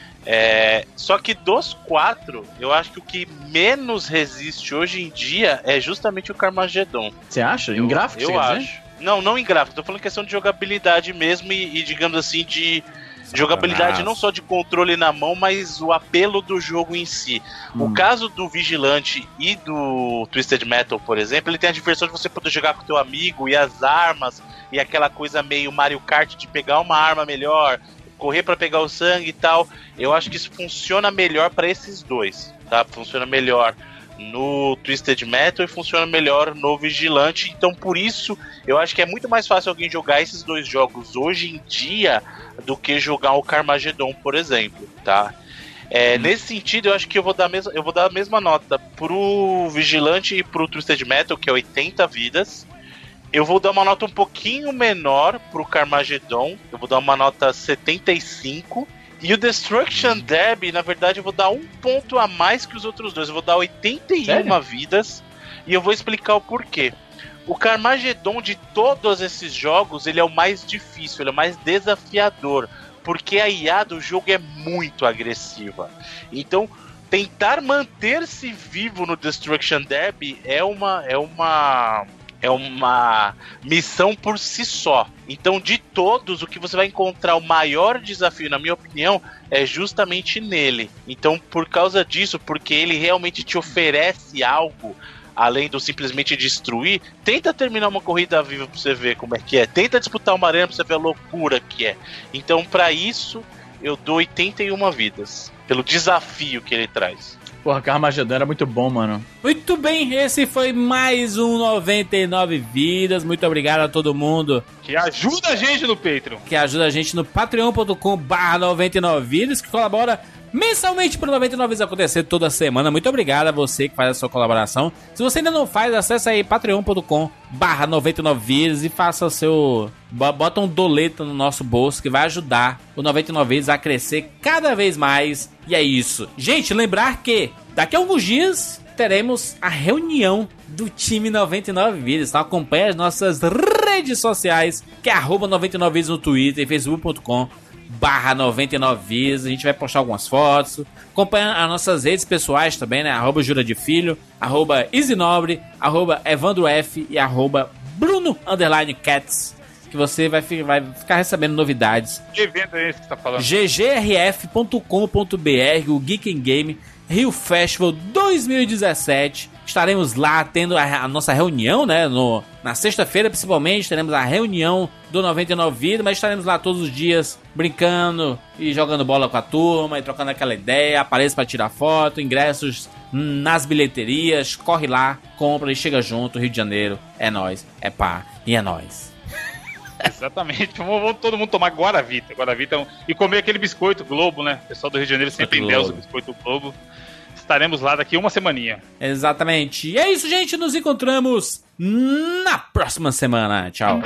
Só que dos 4, eu acho que o que menos resiste hoje em dia é justamente o Carmageddon. Você acha? Em gráfico? Eu acho. Não em gráfico, tô falando questão de jogabilidade mesmo e digamos assim, de jogabilidade não só de controle na mão, mas o apelo do jogo em si. O caso do Vigilante e do Twisted Metal, por exemplo, ele tem a diversão de você poder jogar com o teu amigo e as armas e aquela coisa meio Mario Kart de pegar uma arma melhor, correr pra pegar o sangue e tal. Eu acho que isso funciona melhor pra esses dois, tá? Funciona melhor no Twisted Metal e funciona melhor no Vigilante. Então por isso eu acho que é muito mais fácil alguém jogar esses dois jogos hoje em dia do que jogar o Carmageddon, por exemplo, tá? Nesse sentido eu acho que eu vou dar a mesma nota pro Vigilante e pro Twisted Metal, que é 80 vidas. Eu vou dar uma nota um pouquinho menor pro Carmageddon, eu vou dar uma nota 75. E o Destruction Derby, na verdade, eu vou dar um ponto a mais que os outros dois. Eu vou dar 81 vidas. E eu vou explicar o porquê. O Carmageddon, de todos esses jogos, ele é o mais difícil, ele é o mais desafiador. Porque a IA do jogo é muito agressiva. Então, tentar manter-se vivo no Destruction Derby é uma missão por si só. Então, de todos, o que você vai encontrar o maior desafio, na minha opinião, é justamente nele. Então, por causa disso, porque ele realmente te oferece algo, além do simplesmente destruir, tenta terminar uma corrida viva pra você ver como é que é. Tenta disputar uma arena pra você ver a loucura que é. Então, pra isso, eu dou 81 vidas. Pelo desafio que ele traz. Porra, Carmageddon era muito bom, mano. Muito bem, esse foi mais um 99 vidas. Muito obrigado a todo mundo que ajuda a gente no Patreon. Que ajuda a gente no patreon.com/99 vidas, que colabora mensalmente para 99 vidas acontecer toda semana. Muito obrigado a você que faz a sua colaboração. Se você ainda não faz, acesse aí patreon.com/99 vidas e faça o seu... Bota um doleto no nosso bolso que vai ajudar o 99 vidas a crescer cada vez mais. E é isso. Gente, lembrar que daqui a alguns dias teremos a reunião do time 99 vidas. Então acompanhe as nossas redes sociais, que é @99 vidas no Twitter e facebook.com/99 vidas. A gente vai postar algumas fotos. Acompanha as nossas redes pessoais também, né? @JuraDeFilho, @EasyNobre, @EvandroF e @Bruno_Cats. Que você vai ficar recebendo novidades. Que evento é esse que você tá falando? ggrf.com.br, o Geek in Game Rio Festival 2017. Estaremos lá tendo a nossa reunião, né? Na sexta-feira, principalmente, teremos a reunião do 99 Vidas, mas estaremos lá todos os dias brincando e jogando bola com a turma e trocando aquela ideia. Apareça para tirar foto, ingressos nas bilheterias. Corre lá, compra e chega junto. Rio de Janeiro, é nóis, é pá e é nóis. Exatamente. Vamos todo mundo tomar Guaravita. E comer aquele biscoito Globo, né? O pessoal do Rio de Janeiro sempre endeusa o biscoito Globo. Estaremos lá daqui uma semaninha. Exatamente. E é isso, gente. Nos encontramos na próxima semana. Tchau.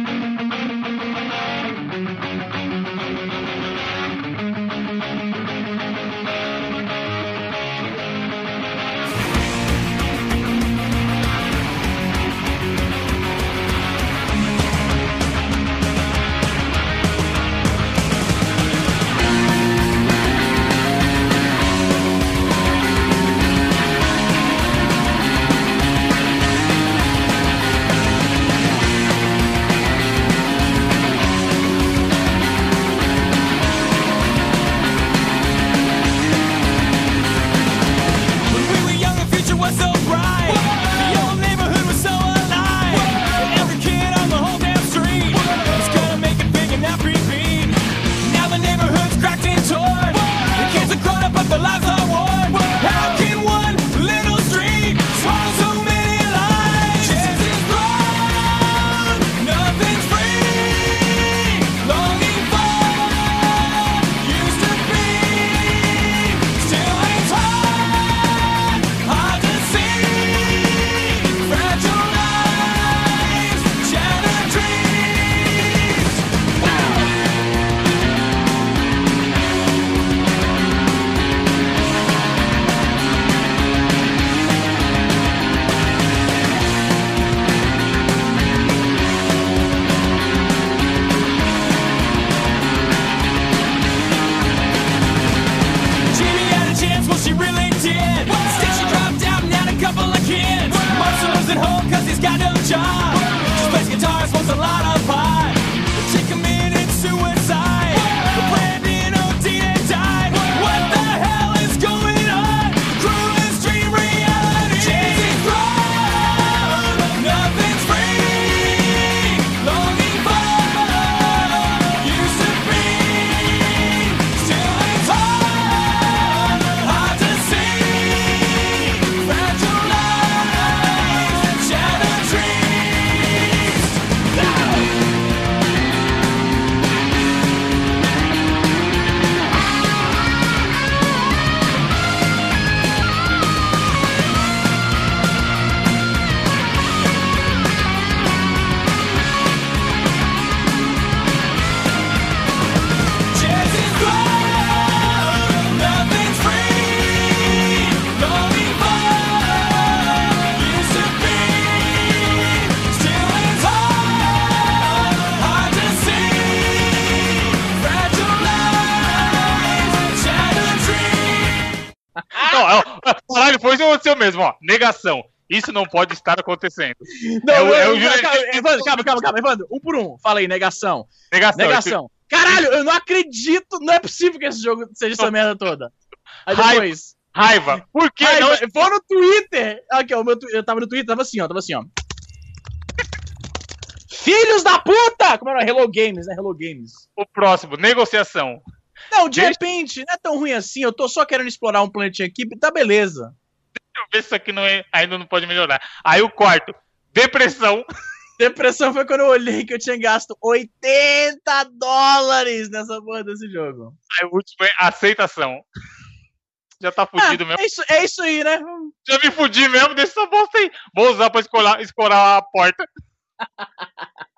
Caralho, foi o seu mesmo, ó. Negação. Isso não pode estar acontecendo. Não, calma, Evandro. Um por um. Fala aí, negação. Negação. Caralho, eu não acredito. Não é possível que esse jogo seja essa merda toda. Aí depois. Raiva. Por que não? Eu vou no Twitter. Aqui, ó. Eu tava no Twitter, tava assim, ó. Filhos da puta! Como era? Hello Games, né? Hello Games. O próximo, negociação. Não, de repente, não é tão ruim assim. Eu tô só querendo explorar um planetinha aqui, tá beleza. Deixa eu ver se isso aqui ainda não pode melhorar. Aí o quarto, depressão. Depressão foi quando eu olhei que eu tinha gasto $80 nessa porra desse jogo. Aí o último é aceitação. Já tá fudido mesmo. É isso aí, né? Já me fudi mesmo, deixa essa bosta aí. Vou usar pra escorar a porta.